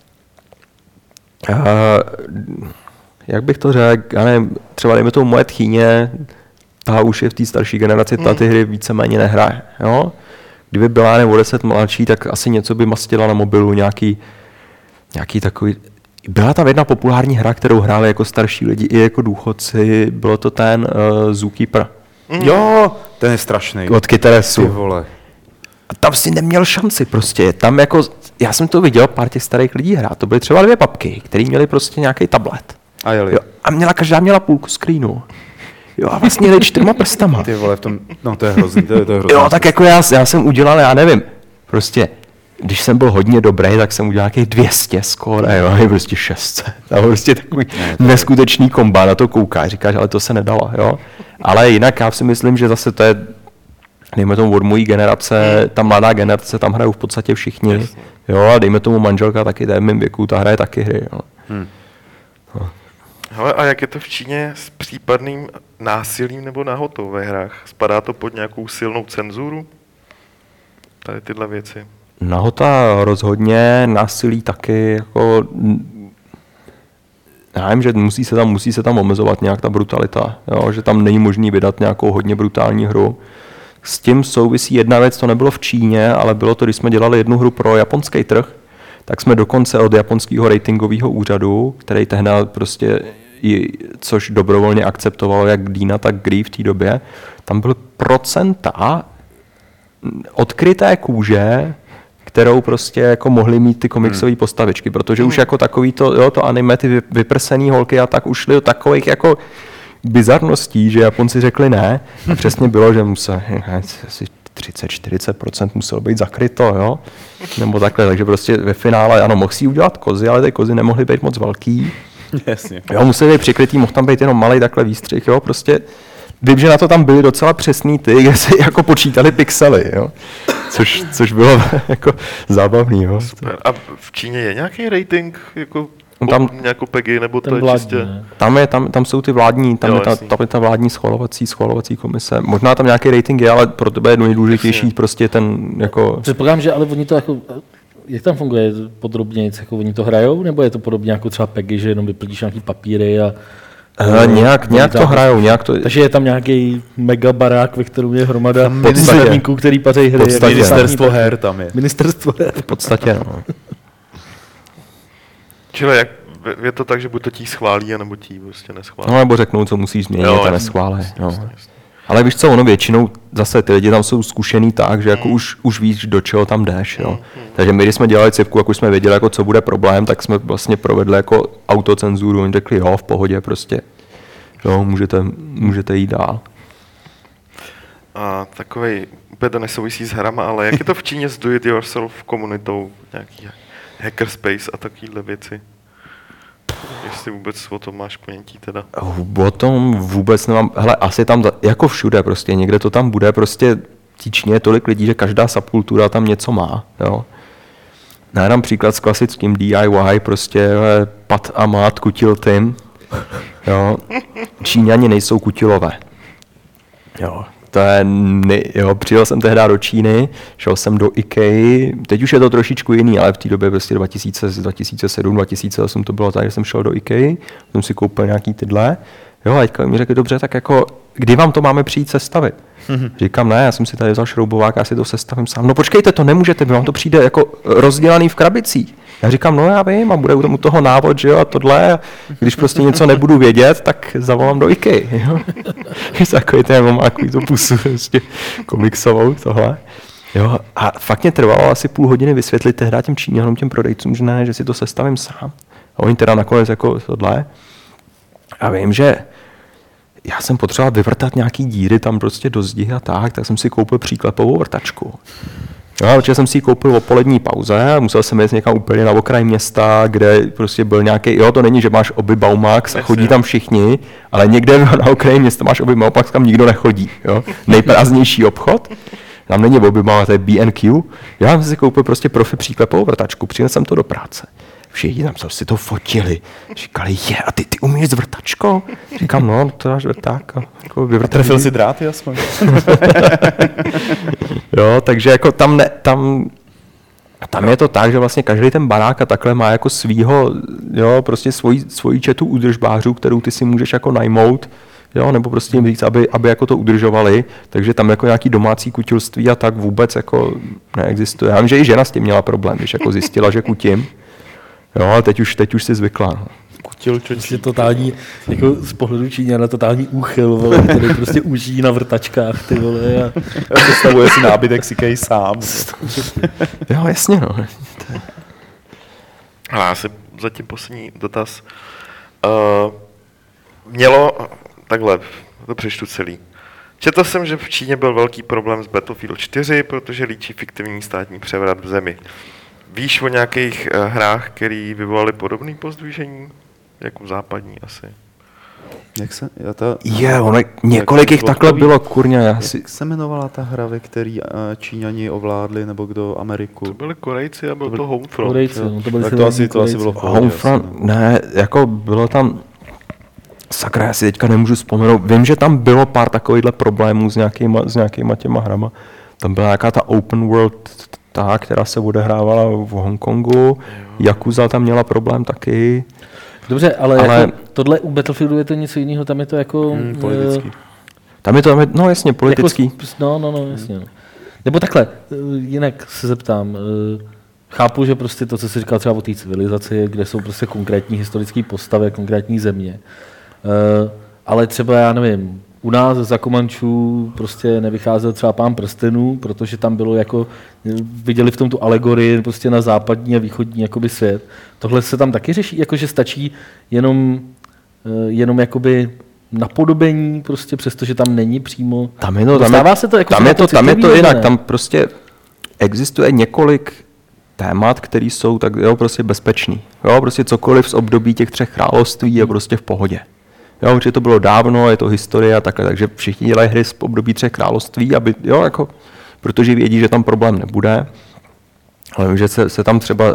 jak bych to řekl, já nevím, třeba dejme tomu moje tchýně, ta už je v té starší generaci, ta ty hry víceméně nehraje, jo? Kdyby byla o 10 mladší, tak asi něco by mastila na mobilu, nějaký takový... Byla tam jedna populární hra, kterou hráli jako starší lidi, i jako důchodci, bylo to ten Zookeeper. Jo, ten je strašný. Od Kyteresu. Ty vole. A tam si neměl šanci prostě, tam jako, já jsem to viděl, pár těch starých lidí hrát, to byly třeba 2 papky, který měli prostě nějaký tablet. A jeli. Jo, a každá měla půlku screenu. Jo, a vlastně jeli 4 prstama. Ty vole, to je hrozný, to je hrozný. Jo, tak jako já jsem udělal, já nevím, prostě, když jsem byl hodně dobrý, tak jsem udělal nějakých 200 skóre, jo, je prostě 600. A prostě takový neskutečný komba, na to kouká, říkáš, ale to se nedalo, jo. Ale jinak já si myslím, že zase to je, dejme tomu od mojí generace, ta mladá generace, tam hrajou v podstatě všichni, jo, a dejme tomu manželka taky, to je v mém věku, ta hraje taky hry, jo. Hele, a jak je to v Číně s případným násilím nebo nahotou ve hrách? Spadá to pod nějakou silnou cenzuru? Tady tyhle věci. Nahota rozhodně, násilí taky, jako... Já vím, že musí se tam omezovat nějak ta brutalita, jo? Že tam není možný vydat nějakou hodně brutální hru. S tím souvisí jedna věc, to nebylo v Číně, ale bylo to, když jsme dělali jednu hru pro japonský trh, tak jsme dokonce od japonského ratingového úřadu, který tehdy prostě, což dobrovolně akceptovalo jak Dina, tak Gry v té době, tam byly procenta odkryté kůže, kterou prostě jako mohly mít ty komiksové postavičky, protože už jako takový to anime, ty vyprsený holky a tak už šly do takových jako bizarností, že Japonci řekli ne. A přesně bylo, že musel asi 30-40% muselo být zakryto, jo? Nebo takhle, takže prostě ve finále, ano, mohl si udělat kozy, ale ty kozy nemohly být moc velký. Jasně. Jo, museli být přikrytý, mohl tam být jenom malý takhle výstřih, jo, prostě vím, že na to tam byly docela přesný ty, kde se jako počítali pixely, jo, což bylo jako zábavný, jo. Super. A v Číně je nějaký rating, jako tam nějakou PEGI, nebo to je vládní, čistě? Tam jsou ty vládní, tam je ta vládní schvalovací komise. Možná tam nějaký rating je, ale pro tebe je nejdůležitější prostě ten jako... Předpokládám, že ale oni to jako... Jak tam funguje podrobně, jako oni to hrajou, nebo je to podobně jako třeba PEGI, že jenom vyplníš nějaký papíry a... Nějak to hrajou, nějak to... Takže je tam nějaký mega barák, ve kterém je hromada ministerníků, který paří hry. Ministerstvo her tam je. Ministerstvo her. V podstatě, no. Čili jak, je to tak, že buď to ti schválí, anebo ti prostě neschválí. No nebo řeknou, co musíš změnit a neschválí. Jasně. Ale víš co, ono většinou zase ty lidi tam jsou zkušený tak, že jako už víš, do čeho tam jdeš. Jo. Takže my, když jsme dělali civku, jak už jsme věděli, jako, co bude problém, tak jsme vlastně provedli jako autocenzuru. Oni řekli, jo, v pohodě prostě. Jo, můžete jít dál. A takovej, úplně to nesouvisí s hrama, ale jak je to v Číně s do-it-yourself komunitou, nějaký hackerspace a takovýhle věci? Jestli vůbec o tom máš ponětí teda? O tom vůbec nemám, hele, asi tam, jako všude prostě, někde to tam bude, prostě v Číně je tolik lidí, že každá subkultura tam něco má, jo. Já dám příklad s klasickým DIY, prostě Pat a Mat, kutil Tim, jo. Číňani nejsou kutilové, jo. To je, jo, přijel jsem tehdy do Číny, šel jsem do IKEA, teď už je to trošičku jiný, ale v té době prostě 2007, 2008 to bylo tak, že jsem šel do IKEA, jsem si koupil nějaký tyhle, jo, a teďka mi řekli, dobře, tak jako, kdy vám to máme přijít sestavit? Říkám, ne, já jsem si tady vzal šroubovák, já si to sestavím sám. No počkejte, to nemůžete, vám to přijde jako rozdělaný v krabicích. Já říkám, no já vím, a bude u toho návod, že jo, a tohle, a když prostě něco nebudu vědět, tak zavolám do IKEA, jo. Takový ten mám takový to pusu, prostě komiksovou, tohle. Jo, a fakt mě trvalo asi půl hodiny vysvětlit tehdy těm Číňanům, těm prodejcům, že ne, že si to sestavím sám. A oni teda nakonec jako tohle. A vím, že já jsem potřeboval vyvrtat nějaký díry tam prostě do zdi a tak jsem si koupil příklepovou vrtačku. No, protože jsem si ji koupil o polední pauze, musel jsem jít někam úplně na okraj města, kde prostě byl nějaký, jo, to není, že máš Obi Baumax a chodí tam všichni, ale někde na okraji města máš Obi Baumax, kam nikdo nechodí, jo. Nejprázdnější obchod, tam není Obi Baumax, to je B&Q. Já jsem si koupil prostě profi příklepovou vrtačku, přinesl jsem to do práce. Všichni tam si to fotili. Říkali, a ty umíš s vrtačkou? Říkám, no, to dáš vrták. Jako trefil si dráty, aspoň. Jo, takže jako tam je to tak, že vlastně každý ten barák a takhle má jako svýho, jo, prostě svoji četu údržbářů, kterou ty si můžeš jako najmout, jo, nebo prostě jim říct, aby jako to udržovali, takže tam jako nějaký domácí kutilství a tak vůbec jako neexistuje. Já vím, že i žena s tím měla problém, když jako zjistila, že kutím. Jo, ale teď už si zvykla. Kutil, prostě totální, jako z pohledu Číňana, totální úchyl, vole, který prostě uží na vrtačkách, ty vole. A představuje si nábytek si kej sám. Jo, jasně, no. Ale já si zatím poslední dotaz. Mělo, takhle, to přečtu celý. Četl jsem, že v Číně byl velký problém s Battlefield 4, protože líčí fiktivní státní převrat v zemi. Víš o nějakých hrách, které vyvolaly podobné pozdvižení? Jako západní asi. Jak se, několik jich takhle bylo, kurňa. Jak se jmenovala ta hra, ve který Číňani ovládli, nebo kdo Ameriku? To byli Korejci a byl to Homefront. Korejci, no, tak to asi bylo v pohodě. Homefront, ne, jako bylo tam, sakra, já si teďka nemůžu vzpomenout. Vím, že tam bylo pár takovýchhle problémů s nějakýma těma hrama. Tam byla nějaká ta open world, která se odehrávala v Hongkongu. Yakuza tam měla problém taky. Dobře, ale jako tohle u Battlefieldu je to něco jiného, tam je to jako... politický. Tam je to, no jasně, politický. Jako, no, jasně. Nebo takhle, jinak se zeptám, chápu, že prostě to, co jsi říkal třeba o té civilizaci, kde jsou prostě konkrétní historické postavy, konkrétní země, ale třeba, já nevím, u nás za Komančů prostě nevycházel třeba Pán prstenů, protože tam bylo jako, viděli v tom tu alegorii prostě na západní a východní jakoby svět. Tohle se tam taky řeší, jakože stačí jenom jakoby napodobení, prostě přestože tam není přímo. Tam je to jinak, tam prostě existuje několik témat, které jsou tak jo, prostě bezpečný. Jo, prostě cokoliv z období těch 3 království je prostě v pohodě. Jo, protože to bylo dávno, je to historie a takhle, takže všichni dělají hry z období 3 království, aby, jo, jako, protože vědí, že tam problém nebude. Ale že se tam třeba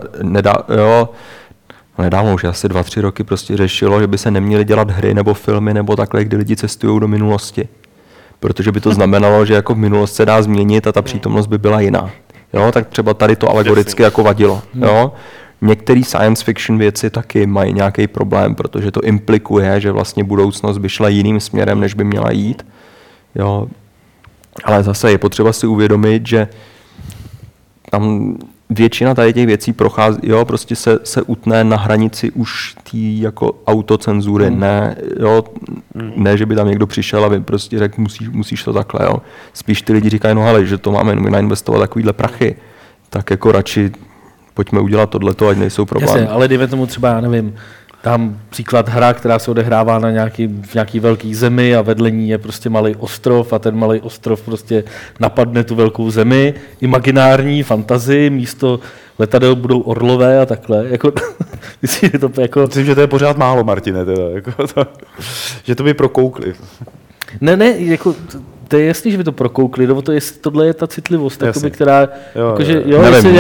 nedávno už asi 2-3 roky prostě řešilo, že by se neměly dělat hry nebo filmy nebo takhle, kdy lidi cestují do minulosti. Protože by to znamenalo, že jako v minulost se dá změnit a ta přítomnost by byla jiná. Jo, tak třeba tady to alegoricky jako vadilo. Jo. Některé science fiction věci taky mají nějaký problém, protože to implikuje, že vlastně budoucnost by šla jiným směrem, než by měla jít. Jo. Ale zase je potřeba si uvědomit, že tam většina tady těch věcí prochází, jo, prostě se utne na hranici už té jako autocenzury, ne, že by tam někdo přišel a by prostě řekl, musíš to takhle, jo. Spíš ty lidi říkají, no hele, že to máme nainvestovat takovýhle prachy, tak jako radši pojďme udělat tohleto, ať nejsou problémy. Jasně, ale dejme tomu třeba, já nevím, tam příklad hra, která se odehrává na v nějaký velký zemi a vedle ní je prostě malý ostrov a ten malý ostrov prostě napadne tu velkou zemi, imaginární fantazii, místo letadel budou orlové a takhle. Jako, myslím, že to je pořád málo, Martine, teda, jako to, že to by prokoukli. Ne, jako to je jasný, že by to prokoukli, nebo tohle je ta citlivost, takoby, která... Nevím,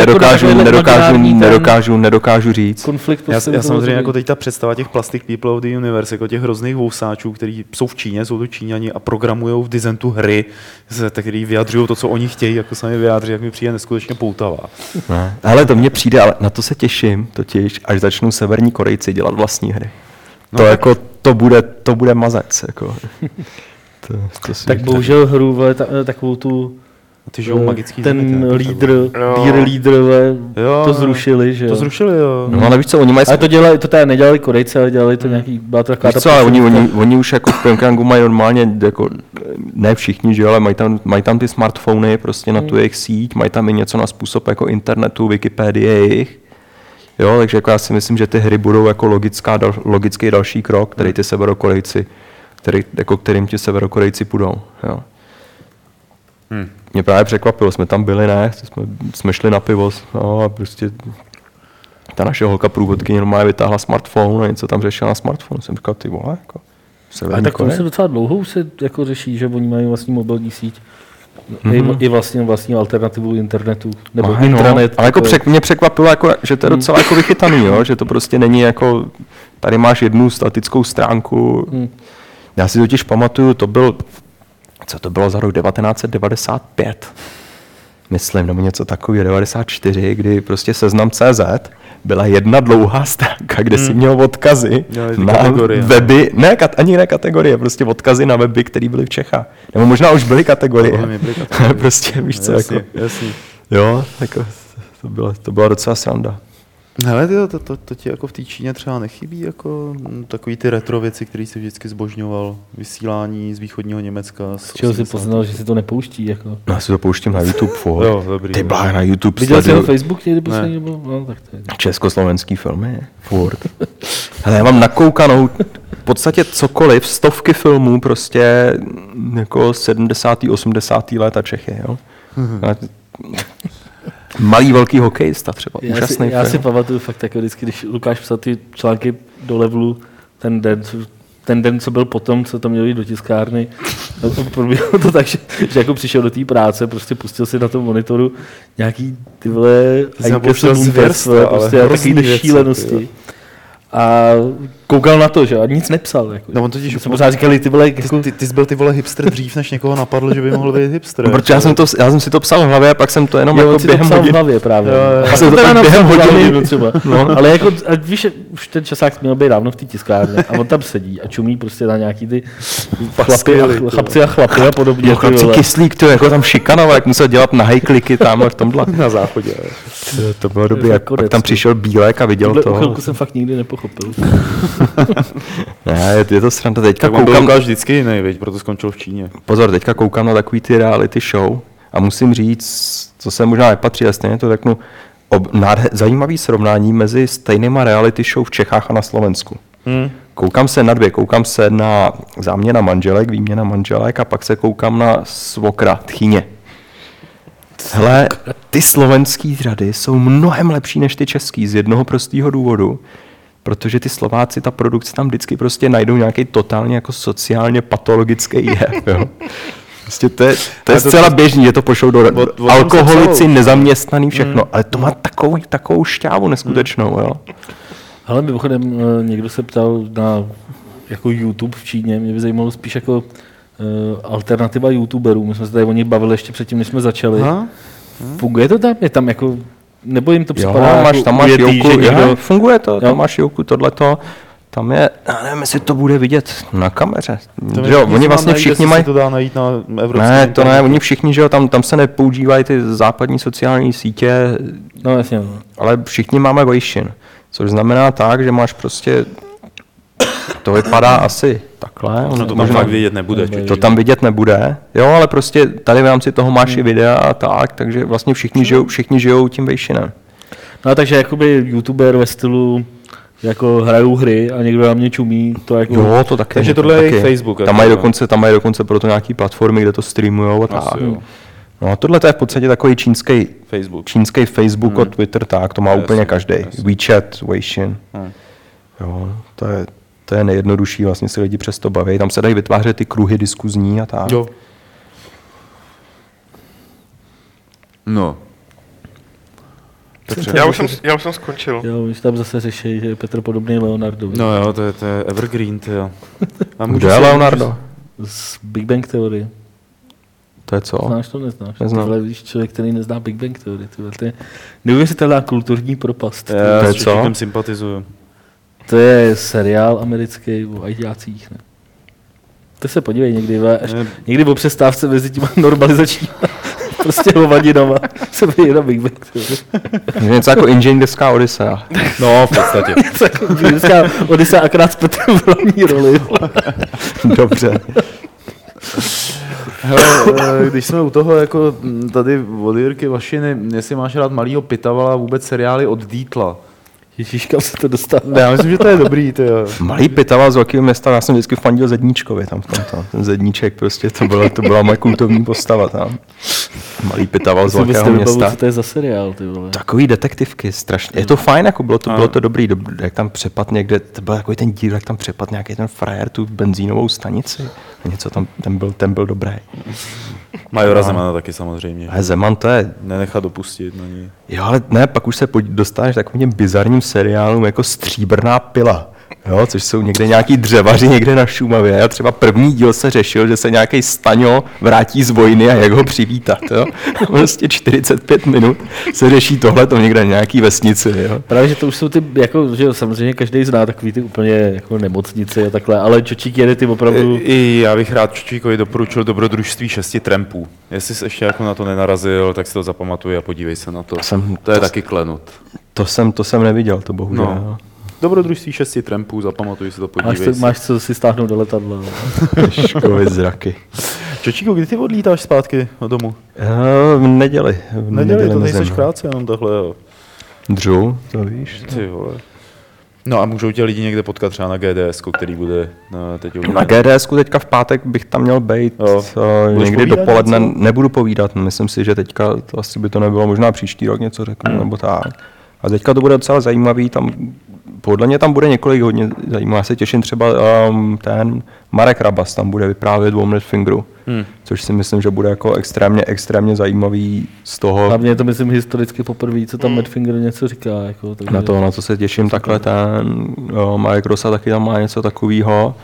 nedokážu říct. Konflikt já samozřejmě jako teď ta představa těch Plastic People of the Universe, jako těch hrozných vousáčů, kteří jsou v Číně, jsou to Číňani a programujou v designu hry, který vyjadřují to, co oni chtějí, jako sami vyjádří, jak mi přijde neskutečně poutavá. Ne, ale to mně přijde, ale na to se těším, totiž, až začnou severní Korejci dělat vlastní hry. No, to, jako, to bude mazec. Jako. Tak bohužel hru, takovou tu... Ty žijou magický ten lídr, to zrušili, že jo? To zrušili, jo. No ale víš co, oni mají... Ale to teda nedělali Korejci, ale dělali to nějaký... Byla to taková víš co, ale oni už jako v Pyongyangu mají normálně, jako, ne všichni, že jo, ale mají tam ty smartfony prostě na tu jejich síť, mají tam i něco na způsob jako internetu, Wikipedie jejich. Jo, takže jako já si myslím, že ty hry budou jako logický další krok, který ty Severokorejci, kterým ti Severokorejci půjdou. Jo. Mě právě překvapilo, jsme tam byli, ne, jsme šli na pivo, no, a prostě ta naše holka průvodkyně normálně vytáhla smartphone a něco tam řešila na smartphone. Jsem říkal, ty vole, jako ale tak to se docela dlouho už se jako řeší, že oni mají vlastní mobilní síť. I vlastní alternativu internetu, nebo intranet. No, ale jako mě překvapilo, jako, že to je docela jako vychytaný, jo? Že to prostě není jako, tady máš jednu statickou stránku. Já si totiž pamatuju, to bylo za rok 1995, myslím, nebo něco takového, 94, kdy prostě Seznam.cz byla jedna dlouhá stránka, kde si měl odkazy na weby, ani ne kategorie, prostě odkazy na weby, které byly v Čechách. Nebo možná už byly kategorie. Prostě víš co, jasně, jako, jasně. Jo, jako, to byla docela sranda. Hele, to ti jako v té Číně třeba nechybí, jako takový ty retro věci, který si vždycky zbožňoval, vysílání z východního Německa. Z čeho si poznal, že si to nepouští? Jako? No, já si to pouštím na YouTube, jo, dobrý. Ty bláh na YouTube. Viděl jsi na Facebook někdy poslední? No, tak to je. Československý filmy, furt. Hele, já mám nakoukanou v podstatě cokoliv, stovky filmů prostě jako 70. 80. léta Čechy, jo. Malý velký hokejista třeba, úžasný film. Já si pamatuju fakt jako vždycky, když Lukáš psal ty články do Levelu ten den, co byl potom, co to mělo jít do tiskárny, proběhlo to tak, že jako přišel do té práce, prostě pustil si na tom monitoru nějaký ty vole zvěrstva, prostě takový šílenosti. Jo. A koukal na to, že a nic nepsal. Jako. No on totiž jsme pořád říkali, ty vole... Jako... Ty jsi byl ty vole hipster dřív, než někoho napadlo, že by mohl být hipster. No, protože já jsem si to psal v hlavě a pak jsem to jenom jako během hodin... v hlavě právě. Já jsem to tak během hodiny třeba. No. Ale jako, víš, už ten časák měl být dávno v té tiskárně a on tam sedí a čumí prostě na nějaký ty chlapci a chlapy a podobně. No, chlapci kyslík, to jako tam šikanoval, jak musel dělat na hejkliky tamhle v tomhle. Na záchodě. To bylo dobrý, pak tam přišel Bílek a viděl to. Chvilku jsem fakt nikdy nepochopil. Ne, je to sranda. Teďka tak koukám... byl vždycky jiný, veď, proto skončil v Číně. Pozor, teďka koukám na takový ty reality show a musím říct, co se možná nepatří, ale stejně to řeknu, zajímavý srovnání mezi stejnýma reality show v Čechách a na Slovensku. Koukám se na dvě, koukám se na záměna manželek, výměna manželek a pak se koukám na svokra, tchyně. Hele, ty slovenský řady jsou mnohem lepší než ty český z jednoho prostého důvodu, protože ty Slováci, ta produkce tam vždycky prostě najdou nějaký totálně jako sociálně patologický jev, jo. Prostě to je zcela běžný, je to pošlou do alkoholici, nezaměstnaný, všechno, ale to má takovou šťávu neskutečnou, jo. Ale mimochodem někdo se ptal na jako YouTube v Číně, mě by zajímalo spíš jako alternativa YouTuberů, my jsme se tady o nich bavili ještě předtím, než jsme začali. Funguje to tam? Je tam jako... Nebo jim to připadá tam máš Jouku, funguje to, tam máš Jouku, tohleto. Tam je, já nevím, jestli to bude vidět na kameře. To Že jo, všichni oni si vlastně mám najít, všichni jestli mají... se to dá najít na evropském Ne, to ne, internetu. oni všichni, že jo, tam se nepoužívají ty západní sociální sítě, No jasně. No. ale všichni máme Weixin, což znamená tak, že máš prostě, to vypadá asi takhle. No to tam fakt vidět nebude. To tam vidět nebude, jo, ale prostě tady v rámci toho máš i videa a tak, takže vlastně všichni žijou tím Weixinem. No a takže jakoby youtuber ve stylu jako hrajou hry a někdo na mě čumí, to jako... Jo, to taky. Takže to tohle je taky. Facebook, Tam jako mají jo. dokonce pro to nějaký platformy, kde to streamujou a tak. Asi jo. No a tohle to je v podstatě takový Facebook. čínský Facebook a Twitter, tak to má Jasně, úplně každý. jasně. WeChat, Weixin. Hmm. Jo, to je nejjednodušší, vlastně se lidi přesto baví. Tam se dají vytvářet ty kruhy diskuzní a tak. Jo. No. Já už jsem skončil. Jo, když tam zase řeší, že je Petr podobný Leonardovi. No jo, to je evergreen, ty jo. A Kdo je Leonardo? Z Big Bang Theory. To je co? Znáš to, neznáš? Neznám. Tyhle, víš, člověk, který nezná Big Bang Theory. To je neuvěřitelná kulturní propast. Já To je s co? Čečíkem sympatizuju. To je seriál americký o ajťácích, ne? To se podívej někdy, někdy o přestávce mezi těma normalizačníma prostě hovadinama se vyjde na Big Bang Theory. Něco jako inženýrská Odyssea. No, v podstatě. Dneska Odyssea akorát s Petrem v hlavní roli. Dobře. Hele, když jsme u toho, jako tady od Jirky Vašiny, jestli máš rád Malýho Pitavala, vůbec seriály od Dítla. Ježíš, kam se to dostává? Já myslím, že to je dobrý, ty jo. Malý Pitava z velkého města, já jsem vždycky fandil Zedníčkovi tam v tomto. Ten Zedníček prostě, to byla moje kultovní postava tam. Malý Pitava z velkého města. Co to je za seriál, ty vole? Takový detektivky, strašně. Je to fajn, jako bylo to dobrý, jak tam přepad někde, to byl takový ten díl, jak tam přepad nějaký ten frajer tu benzínovou stanici. Něco tam, ten byl dobrý. Majora Zemana taky samozřejmě. Ale Zeman to je, Nenechat dopustit na ní. jo, ale ne, pak už se dostaneš takovým bizarním seriálům jako Stříbrná pila. Jo, což jsou někde nějaký dřevaři někde na Šumavě. A třeba první díl se řešil, že se nějaký Staňo vrátí z vojny a jak ho přivítat. Jo. Prostě 45 minut se řeší tohleto někde na nějaký vesnici. Jo. Právě, že to už jsou ty, jako, že jo, samozřejmě každý zná takový ty úplně jako nemocnice a takhle, ale Čočík jede ty opravdu... I já bych rád Čočíkovi doporučil Dobrodružství 6 trampů. Jestli jsi ještě jako na to nenarazil, tak si to zapamatuj a podívej se na to. To je taky klenot. To jsem neviděl, to bohužel. No. Dobrodružství 6 trampů, zapamatuj si to, podívej se. Máš co si stáhnout do letadla. Školy zraky. Čočíku, kdy ty odlítáš zpátky do domu? V neděli. Neděli, to na nejseš zemi. práce, jenom tohle, jo. Dřu, to víš. Ty vole. No a můžou tě lidi někde potkat třeba na GDS, který bude teď Na GDSku teďka v pátek bych tam měl být někdy povídat dopoledne. něco? Nebudu povídat, myslím si, že teďka to asi by to nebylo, možná příští rok něco řeknu, nebo tak. A teďka to bude docela zajímavý, podle mě tam bude několik hodně zajímavých. Já se těším třeba ten Marek Rabas tam bude vyprávět o Madfingeru, což si myslím, že bude jako extrémně zajímavý z toho. Hlavně je to, myslím, historicky poprvé, co tam Madfinger něco říká. Jako, takže... Na to se těším takhle ten Marek Rosa taky tam má něco takového.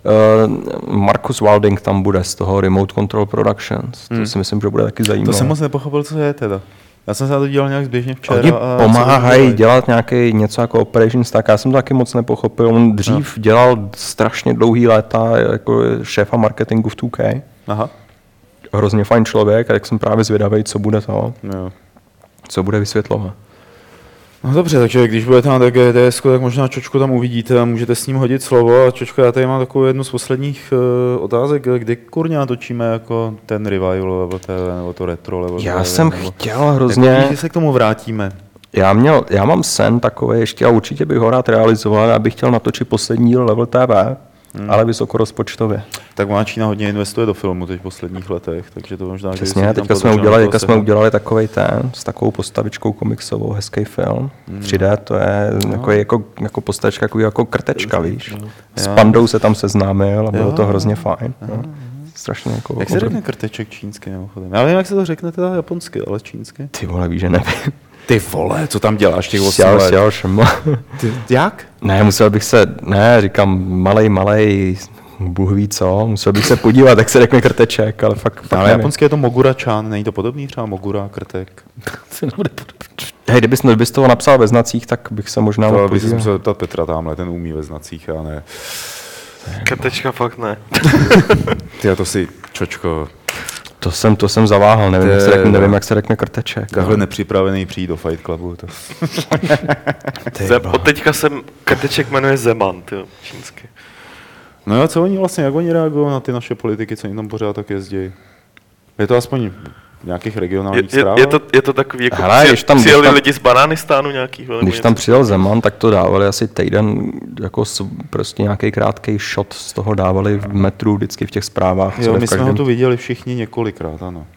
Marcus Walding tam bude z toho Remote Control Productions. To si myslím, že bude taky zajímavé. To jsem moc nepochopil, co je teda. Já jsem se na to dělal nějak zběžně včera. Oni a pomáhají dělat něco jako Operation Stack. Já jsem to taky moc nepochopil. On dřív dělal strašně dlouhý léta jako šéfa marketingu v 2K. Aha. Hrozně fajn člověk, a jak jsem právě zvědavý, co bude to, Jo. co bude vysvětlovat. No dobře, takže když budete na GDS, tak možná Čočku tam uvidíte a můžete s ním hodit slovo. A Čočko, já tady mám takovou jednu z posledních otázek. Kdy kurňa točíme jako ten revival level TV, nebo to retro level Já TV, jsem nebo... chtěl hrozně... Když se k tomu vrátíme. Já mám sen takový ještě a určitě bych ho rád realizoval. Já bych chtěl natočit poslední díl Level TV, ale vysokorozpočtově. Tak ona Čína hodně investuje do filmu teď v posledních letech, takže to možná... Přesně, teďka jsme udělali takovej s takovou postavičkou komiksovou, hezký film. 3D, to je jako postavička, jako krtečka, víš. S Pandou se tam seznámil a bylo to hrozně fajn. No. Strašně jako... Jak se řekne krteček čínsky mimochodem? Já vím, jak se to řekne teda japonsky, ale čínsky. Ty vole, víš, že nevím. Ty vole, co tam děláš těch 8 let? Jak? Ne, říkám, malej, Bůh ví co, musel bych se podívat, jak se řekne krteček, ale fakt ale japonské je to Mogura-chan, není to podobný třeba Mogura, krtek? Se nebude podobný. Hej, kdybys toho napsal ve znacích, tak bych se možná To bych se musel zeptat Petra tamhle, ten umí ve znacích, já ne. Krtečka fakt ne. Ty to si, čočko, To jsem zaváhal, nevím, jak se řekne krteček. takhle nepřipravený přijít do Fight Clubu. To... Od teďka jsem krteček jmenuje Zeman, tyjo, čínsky. No a co oni vlastně, jak oni reagují na ty naše politiky, co oni tam pořád tak jezdí? Je to aspoň v nějakých regionálních zprávách? Je to takový, jako přijeli lidi z Banánistánu nějakýho? Když tam přijel Zeman, tak to dávali asi týden, jako prostě nějaký krátký shot z toho dávali v metru vždycky v těch zprávách. Jo, my jsme ho tu viděli všichni několikrát, ano.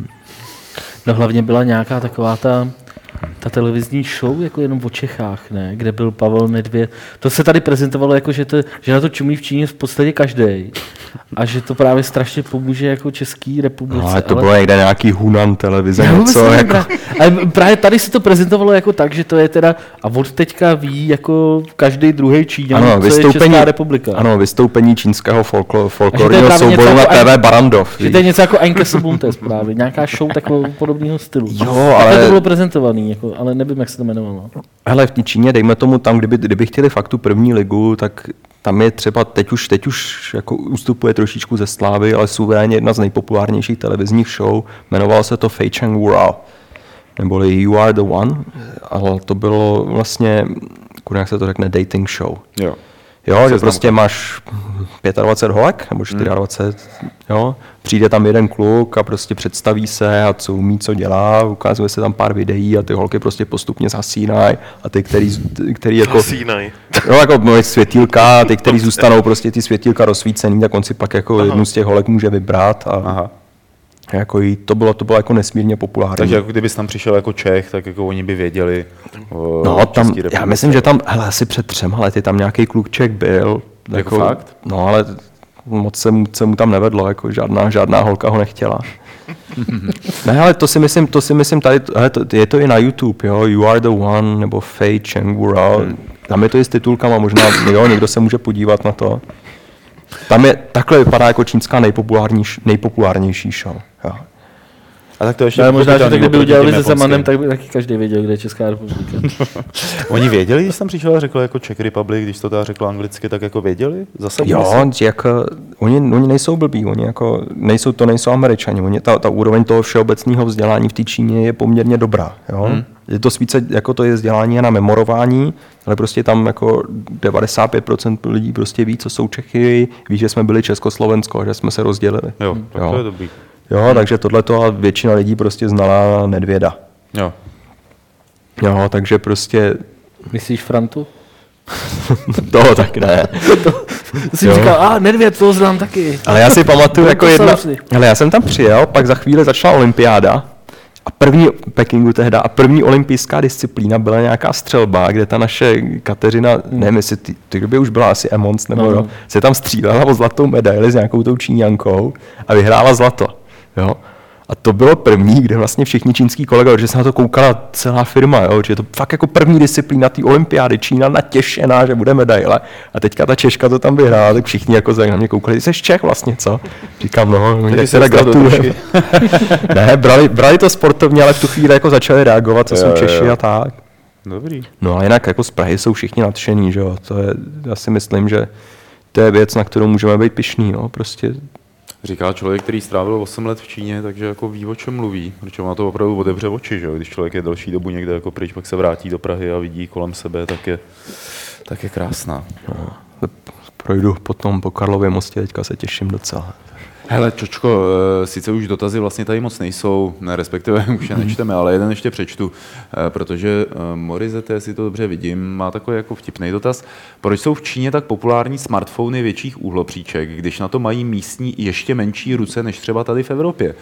No hlavně byla nějaká taková ta televizní show jako jenom o Čechách, ne? Kde byl Pavel Nedvěd. To se tady prezentovalo jako, že na to čumí v Číně v podstatě každý. A že to právě strašně pomůže jako České republice. No, ale to bylo někde nějaký Hunan televize, něco. Jako... Ale právě tady se to prezentovalo jako tak, že to je teda, a od teďka ví jako každý druhý Číňan, co je Česká republika. Ano, vystoupení čínského folklorního souboru na TV Barandov. Že to je něco jako Einkes Buntes právě, nějaká show takového podobného stylu. Jo, ale... to bylo prezentovaný, jako, ale nevím, jak se to jmenovalo. Hele, v té Číně, dejme tomu tam, kdyby chtěli fakt tu první ligu, tak tam je třeba, teď už jako ustupuje trošičku ze slávy, ale suverénně jedna z nejpopulárnějších televizních show, jmenovalo se to Fei Cheng Wu, neboli You Are the One, ale to bylo vlastně, jak se to řekne, dating show. Jo, že prostě máš 25 holek, nebo 24, jo, přijde tam jeden kluk a prostě představí se a co umí, co dělá, ukazuje se tam pár videí a ty holky prostě postupně zhasínají a ty, který jako... Zhasínají. Jo, jako světýlka, a ty, který zůstanou prostě ty světýlka rozsvícený, tak on si pak jako jednu z těch holek může vybrat a jako to bylo jako nesmírně populární. Takže jako kdybys tam přišel jako Čech, tak jako oni by věděli no, tam, já myslím, že tam, hele, asi před 3 lety tam nějaký klukček byl. Jako fakt? No, ale moc se mu tam nevedlo, jako žádná holka ho nechtěla. Ne, ale to si myslím tady, je to i na YouTube, jo, You Are the One, nebo Fei Cheng Wu. Tam je to i s titulkama, možná, jo, někdo se může podívat na to. Tam takhle vypadá jako čínská nejpopulárnější show. Jo. A tak to ještě ale možná, že tak kdyby udělali se Zemanem, tak by taky každý věděl, kde je Česká republika. Oni věděli, když tam přišel a řekl jako Czech Republic, když to teda řekl anglicky, tak jako věděli? Zase jo, jako, oni nejsou blbí, oni jako, nejsou Američani, oni ta úroveň toho všeobecného vzdělání v té Číně je poměrně dobrá. Jo? Je to více jako to je vzdělání na memorování, ale prostě tam jako 95% lidí prostě ví, co jsou Čechy, ví, že jsme byli Československo, že jsme se rozdělili. Jo, tak to je dobrý. Jo, takže tohleto a většina lidí prostě znala Nedvěda. Jo, takže prostě... Myslíš Frantu? Toho tak ne. To jsi říkal, Nedvěd, to znám taky. Ale já si pamatuju jako ale já jsem tam přijel, pak za chvíli začala olympiáda a první olympijská disciplína byla nějaká střelba, kde ta naše Kateřina, nevím, jestli ty době už byla asi Emons, nebo se tam střílela o zlatou medaili s nějakou tou Číňankou a vyhrála zlato. Jo? A to bylo první, kde vlastně všichni čínský kolegové, že se na to koukala celá firma, jo? Že je to fakt jako první disciplína té olympiády, Čína natěšená, že bude medaile. A teďka ta Češka to tam vyhrála, tak všichni jako na mě koukali, jsi Čech vlastně, co? Říkám, no, tak se gratulujem. Ne, brali to sportovně, ale v tu chvíli jako začali reagovat, co jsou Češi a tak. Dobrý. No a jinak jako z Prahy jsou všichni nadšení, že jo? To je, já si myslím, že to je věc, na kterou můžeme být pyšní, no, prostě. Říká člověk, který strávil 8 let v Číně, takže jako ví, o čem mluví, protože má to opravdu otevře oči, že jo? Když člověk je delší dobu někde jako pryč, pak se vrátí do Prahy a vidí kolem sebe, tak je krásná. No, projdu potom po Karlově mostě, teďka se těším docela. Hele, Čočko, sice už dotazy vlastně tady moc nejsou, respektive už je nečteme, ale jeden ještě přečtu, protože Morizete, jestli to dobře vidím, má takový jako vtipný dotaz. Proč jsou v Číně tak populární smartfony větších úhlopříček, když na to mají místní ještě menší ruce než třeba tady v Evropě?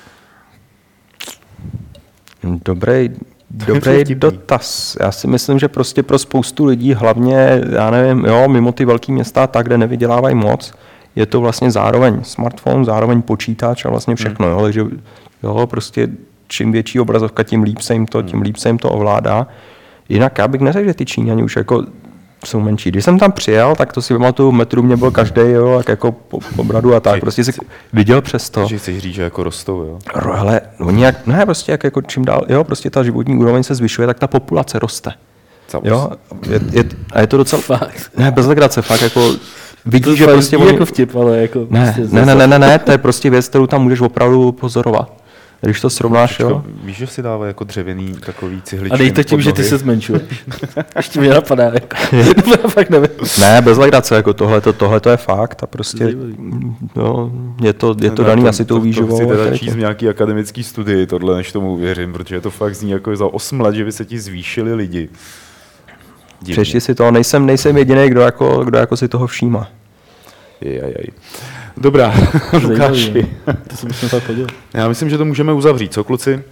Dobrý dotaz. Já si myslím, že prostě pro spoustu lidí, hlavně, já nevím, jo, mimo ty velké města, tak, kde nevydělávají moc, je to vlastně zároveň smartphone, zároveň počítač a vlastně všechno. Jo? Takže jo, prostě čím větší obrazovka, tím líp se jim to ovládá. Jinak já bych neřekl, že ty Číňani už jako Jsou menší. Když jsem tam přijel, tak to si pamatuju, metru mě byl každý, jo, tak jako po bradu a tak. Prostě si viděl přes to. Takže chceš říct, že jako rostou, jo? Hele, oni ne, prostě jako čím dál, jo, prostě ta životní úroveň se zvyšuje, tak ta populace roste. Jo, a je to docela, Fakt. ne, bez legrace, fakt jako vidíš, že fakt prostě zní oni, jako vtip, ale jako... ne, prostě ne, to je prostě věc, kterou tam můžeš opravdu pozorovat. Když to srovnáš, jo. Víš, že si dává jako dřevěný takový cihličky. A dej to tím, že ty se zmenšuješ. Ještě mě napadá, jako. Já fakt nevím. Ne, bez legrace, jako tohle to je fakt a prostě, jo, je to daný asi tou výživou. To chci teda a číst nějaký akademický studii, tohle, než tomu uvěřím, protože to fakt zní jako za 8 let, že by se ti zvýšili lidi. Divně. Přečti si to, nejsem jediný, kdo jako si toho všímá. Jaj. Dobrá, Lukáši. To se musím tak podívat. Já myslím, že to můžeme uzavřít. Co, kluci?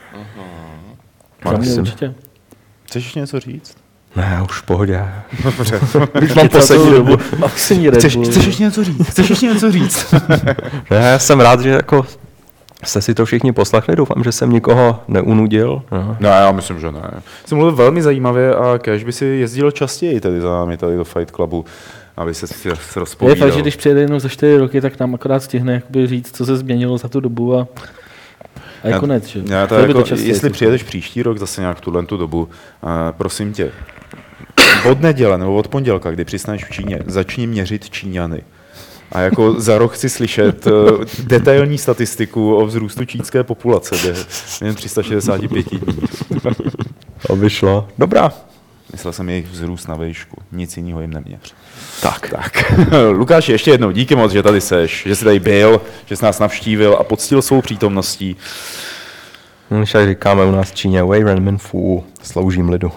Za mě určitě. Chceš ještě něco říct? Ne, už v pohodě. Dobře. Už mám poslední dobu. Chceš ještě něco říct? Ne, já jsem rád, že jako jste si to všichni poslechli, doufám, že jsem nikoho neunudil. No. No, já myslím, že ne. Jsem mluvil velmi zajímavě a Cash by si jezdil častěji tady za námi, tady do Fight Clubu, aby se rozpovídal. Je fakt, že když přijede jenom za 4 roky, tak nám akorát stihne jakoby říct, co se změnilo za tu dobu a je konec. Že? Já to jako, jestli přijedeš příští rok zase nějak v tuhle dobu, prosím tě, od neděle nebo od pondělka, kdy přistaneš v Číně, začni měřit Číňany. A jako za rok chci slyšet detailní statistiku o vzrůstu čínské populace během 365 dní. To vyšlo. Dobrá. Myslel jsem jejich vzrůst na výšku. Nic jiného jim neměř. Tak. Lukáši, ještě jednou díky moc, že tady seš, že jsi tady byl, že jsi nás navštívil a poctil svou přítomností. Když tak říkáme u nás v Číně, Wei Renmin Fu, sloužím lidu.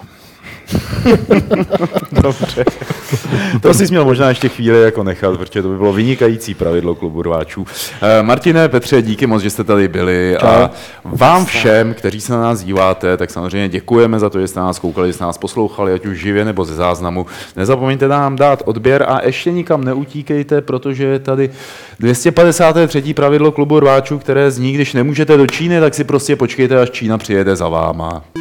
Dobře. To jsi měl možná ještě chvíli jako nechat, protože to by bylo vynikající pravidlo klubu rváčů. Martine, Petře, díky moc, že jste tady byli. A vám všem, kteří se na nás díváte, tak samozřejmě děkujeme za to, že jste nás koukali, že jste nás poslouchali, ať už živě nebo ze záznamu. Nezapomeňte nám dát odběr a ještě nikam neutíkejte, protože je tady 253. pravidlo klubu rváčů, které zní, když nemůžete do Číny, tak si prostě počkejte, až Čína přijede za váma.